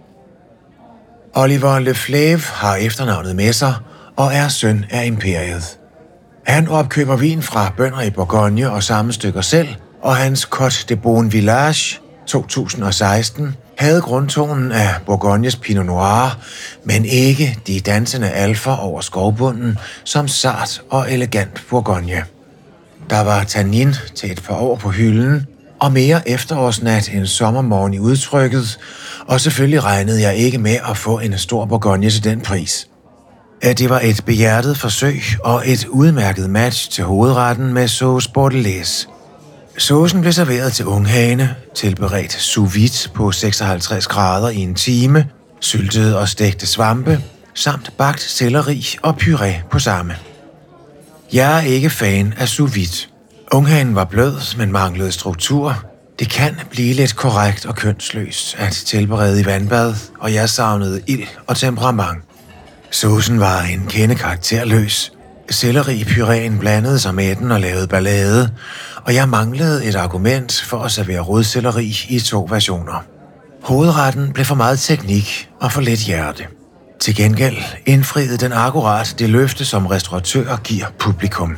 Oliver Leflaive har efternavnet med sig og er søn af imperiet. Han opkøber vin fra bønder i Bourgogne og sammenstykker selv, og hans Côte de Bon Village to tusind og seksten havde grundtonen af Bourgognes Pinot Noir, men ikke de dansende alfer over skovbunden som sart og elegant Bourgogne. Der var tannin til et par år på hylden, og mere efterårsnat end sommermorgen i udtrykket, og selvfølgelig regnede jeg ikke med at få en stor Bourgogne til den pris. Det var et behjertet forsøg og et udmærket match til hovedretten med sauce bordelaise. Saucen blev serveret til unghane, tilberedt sous vide på seksoghalvtreds grader i en time, syltede og stegte svampe, samt bagt selleri og puré på samme. Jeg er ikke fan af sous vide. Unghanen var blød, men manglede struktur. Det kan blive lidt korrekt og kønsløst at tilberede i vandbad, og jeg savnede ild og temperament. Saucen var en kende karakterløs. Selleri-pyréen blandede sig med den og lavede ballade, og jeg manglede et argument for at servere rødselleri i to versioner. Hovedretten blev for meget teknik og for lidt hjerte. Til gengæld indfriede den akkurat det løfte, som restauratører giver publikum.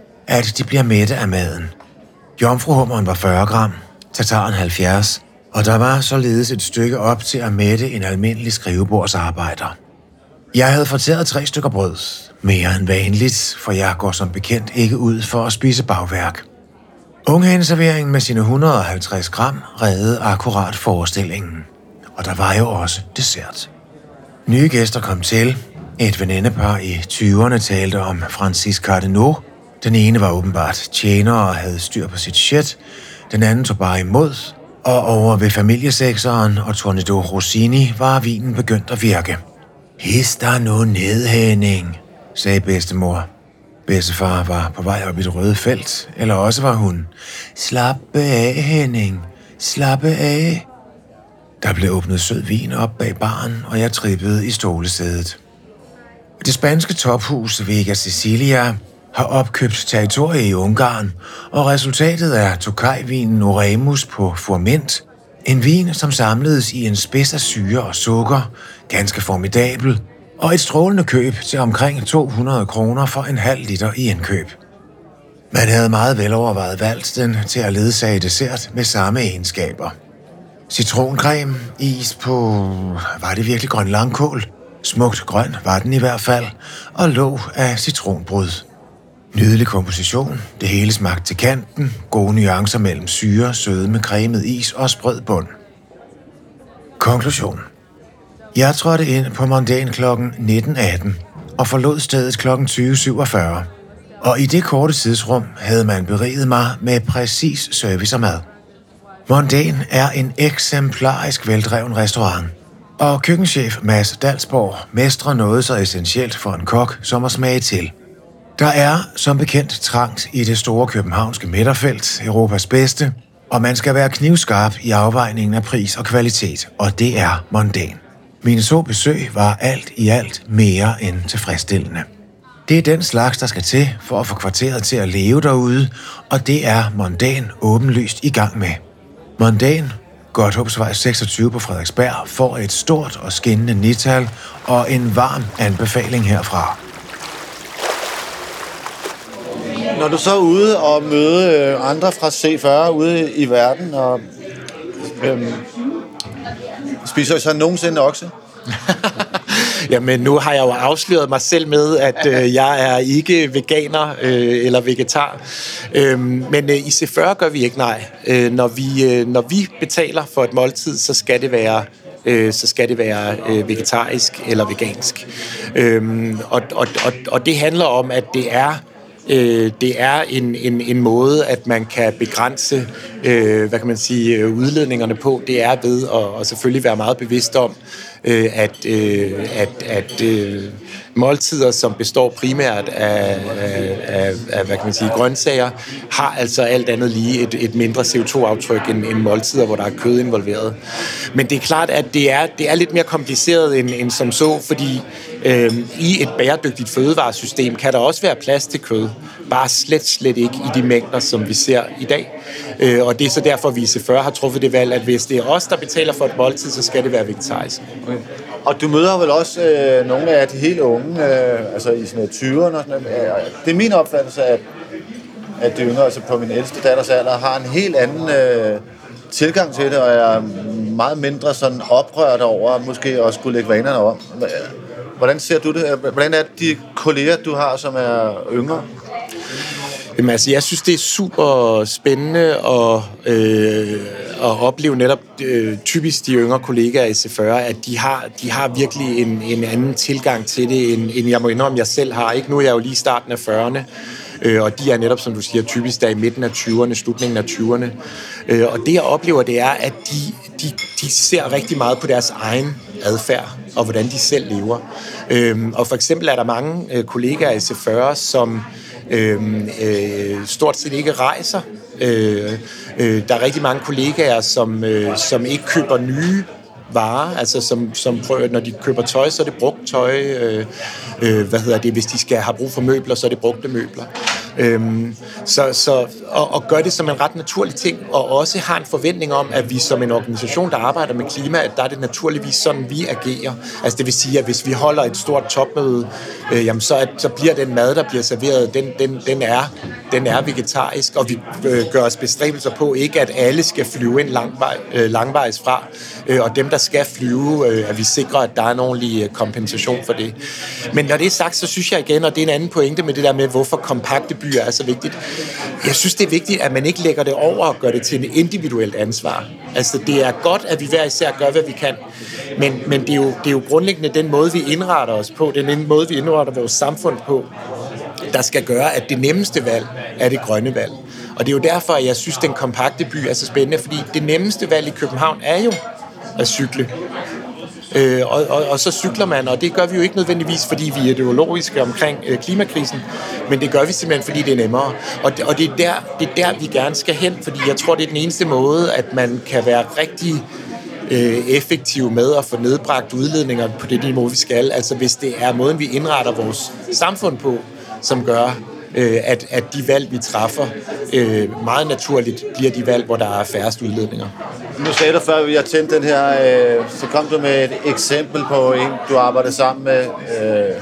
At de bliver mætte af maden. Jomfruhummeren var fyrre gram, tartaren halvfjerds, og der var således et stykke op til at mætte en almindelig skrivebordsarbejder. Jeg havde fortæret tre stykker brød, mere end vanligt, for jeg går som bekendt ikke ud for at spise bagværk. Unghaneserveringen med sine et hundrede og halvtreds gram reddede akkurat forestillingen, og der var jo også dessert. Nye gæster kom til. Et venindepar i tyverne talte om Francis Cardinaux. Den ene var åbenbart tjener og havde styr på sit shit. Den anden tog bare imod, og over ved familiesekseren og Tornado Rossini var vinen begyndt at virke. His der nu ned, Henning, sagde bedstemor. Bedstefar var på vej op i det røde felt, eller også var hun. Slappe af, Henning. Slappe af. Der blev åbnet sød vin op bag baren, og jeg trippede i stolesædet. Det spanske tophus Vega Sicilia har opkøbt territorie i Ungarn, og resultatet er Tokaj-vinen Oremus på Furmint. En vin, som samledes i en spids af syre og sukker, ganske formidabel, og et strålende køb til omkring to hundrede kroner for en halv liter i indkøb. Man havde meget velovervejet valgt den til at ledsage dessert med samme egenskaber. Citroncreme, is på... var det virkelig grøn langkål? Smukt grøn var den i hvert fald, og låg af citronbrød. Nydelig komposition, det hele smagte til kanten, gode nuancer mellem syre, sødme, cremet is og sprød bund. Konklusion. Jeg trådte ind på Mondane klokken nitten atten og forlod stedet klokken tyve syvogfyrre. Og i det korte tidsrum havde man beriget mig med præcis service og mad. Mondane er en eksemplarisk veldreven restaurant, og køkkenchef Mads Dalsborg mestrer noget så essentielt for en kok som at smage til. Der er som bekendt trangt i det store københavnske midterfelt, Europas bedste, og man skal være knivskarp i afvejningen af pris og kvalitet, og det er Mondane. Mine to besøg var alt i alt mere end tilfredsstillende. Det er den slags, der skal til for at få kvarteret til at leve derude, og det er Mondane åbenlyst i gang med. Mondane, Godthåbsvej seksogtyve på Frederiksberg, får et stort og skinnende nital og en varm anbefaling herfra. Når du så er ude og møde andre fra C fyrre ude i verden, og øhm, spiser I så nogensinde okse? Jamen, nu har jeg jo afsløret mig selv med, at øh, jeg er ikke veganer øh, eller vegetar. Øhm, men øh, i C fyrre gør vi ikke nej. Øh, når, vi, øh, når vi betaler for et måltid, så skal det være, øh, så skal det være øh, vegetarisk eller vegansk. Øhm, og, og, og, og det handler om, at det er Øh, det er en, en, en måde, at man kan begrænse øh, hvad kan man sige, udledningerne på. Det er ved at, at selvfølgelig være meget bevidst om, øh, at, øh, at, at øh, måltider, som består primært af, af, af, af hvad kan man sige, grøntsager, har altså alt andet lige et, et mindre C O to aftryk end, end måltider, hvor der er kød involveret. Men det er klart, at det er, det er lidt mere kompliceret end, end som så, fordi øh, i et bæredygtigt fødevaresystem kan der også være plads til kød, bare slet, slet ikke i de mængder, som vi ser i dag. Øh, og det er så derfor, vi i C fyrre har truffet det valg, at hvis det er os, der betaler for et måltid, så skal det være vegetarisk. Okay. Og du møder vel også øh, nogle af de helt unge, øh, altså i sådan tyverne og sådan noget. Det er min opfattelse, at, at de yngre, altså på min ældste datters alder, har en helt anden øh, tilgang til det, og er meget mindre sådan oprørt over måske at skulle lægge vanerne om. Hvordan ser du det? Hvordan er de kolleger, du har, som er yngre? Jamen, altså, jeg synes, det er super spændende at, øh, at opleve netop øh, typisk de yngre kollegaer i C fyrre, at de har, de har virkelig en, en anden tilgang til det, end, end jeg må indrømme, jeg selv har. Ikke? Nu er jeg jo lige i starten af fyrrerne, øh, og de er netop, som du siger, typisk der i midten af tyverne, slutningen af tyverne. Øh, og det, jeg oplever, det er, at de, de, de ser rigtig meget på deres egen adfærd, og hvordan de selv lever. Øh, og for eksempel er der mange øh, kollegaer i C fyrre, som Øhm, øh, stort set ikke rejser Øh, øh, der er rigtig mange kollegaer, som, øh, som ikke køber nye varer, altså som, som prøver, når de køber tøj, så er det brugt tøj. Øh, øh, hvad hedder det? Hvis de skal have brug for møbler, så er det brugte møbler. Øhm, så, så, og, og gør det som en ret naturlig ting, og også har en forventning om, at vi som en organisation, der arbejder med klima, at der er det naturligvis sådan, vi agerer. Altså det vil sige, at hvis vi holder et stort topmøde, øh, jamen så, at, så bliver den mad, der bliver serveret, den, den, den, er, den er vegetarisk, og vi øh, gør os bestræbelser på ikke, at alle skal flyve ind langvej, øh, langvejs fra, øh, og dem, der skal flyve, øh, at vi sikrer, at der er en ordentlig kompensation for det. Men når det er sagt, så synes jeg igen, og det er en anden pointe med det der med, hvorfor kompakte byer er så vigtigt. Jeg synes, det er vigtigt, at man ikke lægger det over og gør det til en individuelt ansvar. Altså, det er godt, at vi hver især gør, hvad vi kan, men, men det, er jo, det er jo grundlæggende den måde, vi indretter os på, den måde, vi indretter vores samfund på, der skal gøre, at det nemmeste valg er det grønne valg. Og det er jo derfor, at jeg synes, den kompakte by er så spændende, fordi det nemmeste valg i København er jo at cykle. Øh, og, og, og så cykler man, og det gør vi jo ikke nødvendigvis, fordi vi er ideologiske omkring øh, klimakrisen, men det gør vi simpelthen, fordi det er nemmere. Og det, og det, er der, det er der, vi gerne skal hen, fordi jeg tror, det er den eneste måde, at man kan være rigtig øh, effektiv med at få nedbragt udledninger på det niveau, vi skal. Altså hvis det er måden, vi indretter vores samfund på, som gør, øh, at, at de valg, vi træffer, øh, meget naturligt bliver de valg, hvor der er færrest udledninger. Nu sagde du før, vi har tændt den her, øh, så kom du med et eksempel på en, du arbejder sammen med, øh,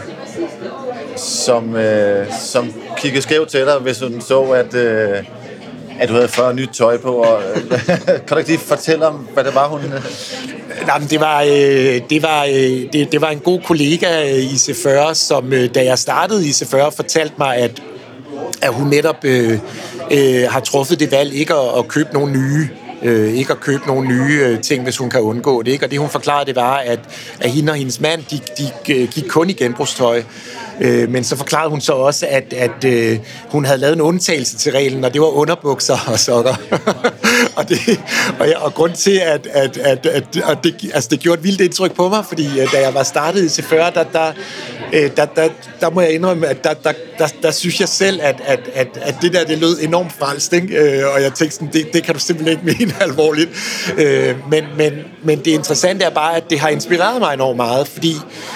som, øh, som kiggede skævt til dig, hvis hun så, at, øh, at du havde fyrre nyt tøj på. Og, øh, kan du ikke lige fortælle om, hvad det var, hun... Nej, men det var, øh, det, var, øh, det, det var en god kollega i C fyrre, som øh, da jeg startede i C fyrre, fortalte mig, at, at hun netop øh, øh, har truffet det valg ikke at, at købe nogle nye Øh, ikke at købe nogle nye øh, ting, hvis hun kan undgå det. Ikke? Og det, hun forklarede, det var, at, at hende og hendes mand, de, de gik kun i genbrugstøj. Øh, men så forklarede hun så også, at, at øh, hun havde lavet en undtagelse til reglen, og det var underbukser og sokker. og, det, og, ja, og grund til, at, at, at, at, at det, altså, det gjorde et vildt indtryk på mig, fordi da jeg var startet i C fyrre, der, der, der, der, der må jeg indrømme, at der, der, der, der synes jeg selv, at, at, at, at det der, det lød enormt frelst, ikke? Og jeg tænkte sådan, det, det kan du simpelthen ikke mene alvorligt. Men, men, men det interessante er bare, at det har inspireret mig enormt meget, fordi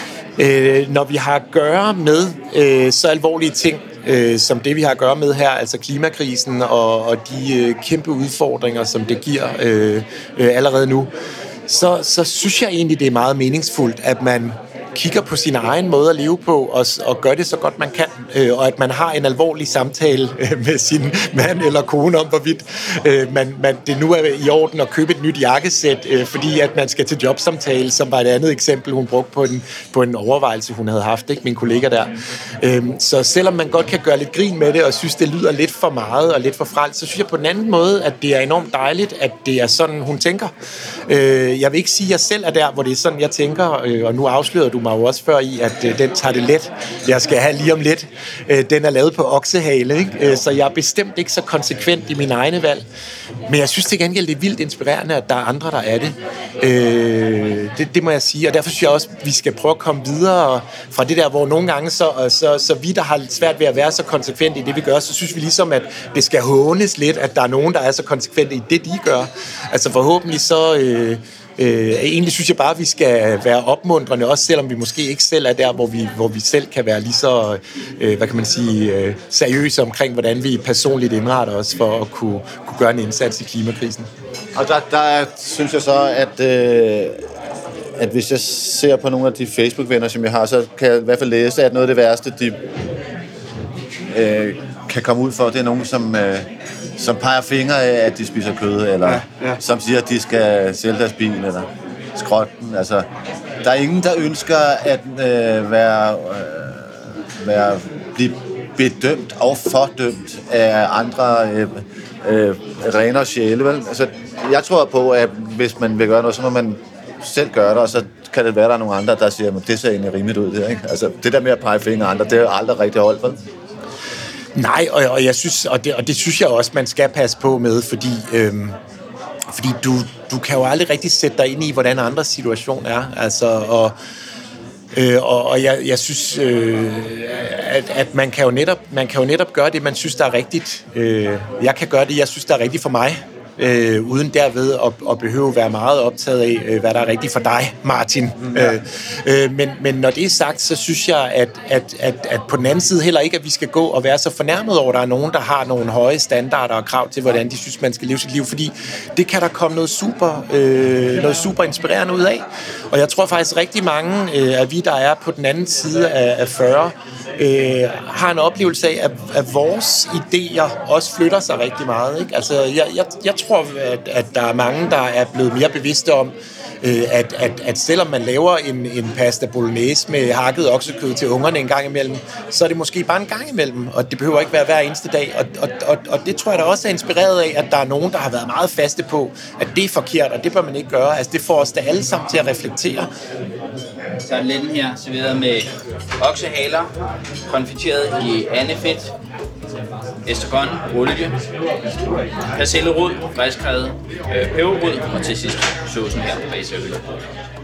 øh, når vi har at gøre med øh, så alvorlige ting, øh, som det vi har at gøre med her, altså klimakrisen og, og de øh, kæmpe udfordringer, som det giver øh, øh, allerede nu, så, så synes jeg egentlig, det er meget meningsfuldt, at man kigger på sin egen måde at leve på, og, og gør det så godt man kan, øh, og at man har en alvorlig samtale øh, med sin mand eller kone om, hvorvidt øh, man, man, det nu er i orden at købe et nyt jakkesæt, øh, fordi at man skal til jobsamtale, som var et andet eksempel, hun brugte på en, på en overvejelse, hun havde haft, ikke, min kollega der. Øh, så selvom man godt kan gøre lidt grin med det, og synes, det lyder lidt for meget og lidt for frelst, så synes jeg på den anden måde, at det er enormt dejligt, at det er sådan, hun tænker. Øh, jeg vil ikke sige, at jeg selv er der, hvor det er sådan, jeg tænker, øh, og nu afslører du mig jo også før i, at øh, den tager det let. Jeg skal have lige om lidt. Øh, den er lavet på oksehale, ikke? Øh, så jeg er bestemt ikke så konsekvent i mine egne valg. Men jeg synes til gengæld, det er vildt inspirerende, at der er andre, der er det. Øh, det. Det må jeg sige, og derfor synes jeg også, at vi skal prøve at komme videre fra det der, hvor nogle gange, så, så, så vi, der har lidt svært ved at være så konsekvent i det, vi gør, så synes vi ligesom, at det skal hånes lidt, at der er nogen, der er så konsekvente i det, de gør. Altså forhåbentlig så... Øh, Øh, egentlig synes jeg bare, at vi skal være opmuntrende, også selvom vi måske ikke selv er der, hvor vi, hvor vi selv kan være lige så, øh, hvad kan man sige, øh, seriøse omkring, hvordan vi personligt indretter os for at kunne, kunne gøre en indsats i klimakrisen. Og der, der synes jeg så, at, øh, at hvis jeg ser på nogle af de Facebook-venner, som jeg har, så kan jeg i hvert fald læse, at noget af det værste, de øh, kan komme ud for, det er nogen, som... Øh, som peger fingre af, at de spiser kød, eller ja, ja. Som siger, at de skal sælge deres bil, eller skrotte den. Altså, der er ingen, der ønsker at øh, være, øh, være, blive bedømt og fordømt af andre øh, øh, renere sjæle. Vel? Altså, jeg tror på, at hvis man vil gøre noget, så må man selv gøre det, og så kan det være, der er nogle andre, der siger, at det ser egentlig rimeligt ud. Det, ikke? Altså, det der med at pege fingre af andre, det er aldrig rigtig holdt, vel? Nej, og, og jeg synes, og det, og det synes jeg også, man skal passe på med, fordi, øhm, fordi du, du kan jo aldrig rigtig sætte dig ind i, hvordan andres situation er. Altså, og Øh, og og jeg, jeg synes, øh, at, at man, kan jo netop, man kan jo netop gøre det, man synes, der er rigtigt. Øh, jeg kan gøre det, jeg synes, der er rigtigt for mig. Øh, uden derved at, at behøve at være meget optaget af, øh, hvad der er rigtigt for dig, Martin. Mm, ja. øh, øh, men, men når det er sagt, så synes jeg, at, at, at, at på den anden side heller ikke, at vi skal gå og være så fornærmet over, at der er nogen, der har nogle høje standarder og krav til, hvordan de synes, man skal leve sit liv, fordi det kan der komme noget super, øh, noget super inspirerende ud af. Og jeg tror faktisk rigtig mange øh, af vi, der er på den anden side af, af fyrre, øh, har en oplevelse af, at, at vores idéer også flytter sig rigtig meget. Ikke? Altså, jeg, jeg, jeg tror, at, at der er mange, der er blevet mere bevidste om, øh, at, at, at selvom man laver en, en pasta bolognese med hakket oksekød til ungerne en gang imellem, så er det måske bare en gang imellem, og det behøver ikke være hver eneste dag. Og, og, og, og det tror jeg da også er inspireret af, at der er nogen, der har været meget faste på, at det er forkert, og det bør man ikke gøre. Altså, det får os da alle sammen til at reflektere. Så er letten her serveret med oksehaler, konfiteret i andefedt, estragon, olie, persillerod, friskrevet, øh, peberrod og til sidst saucen her på base.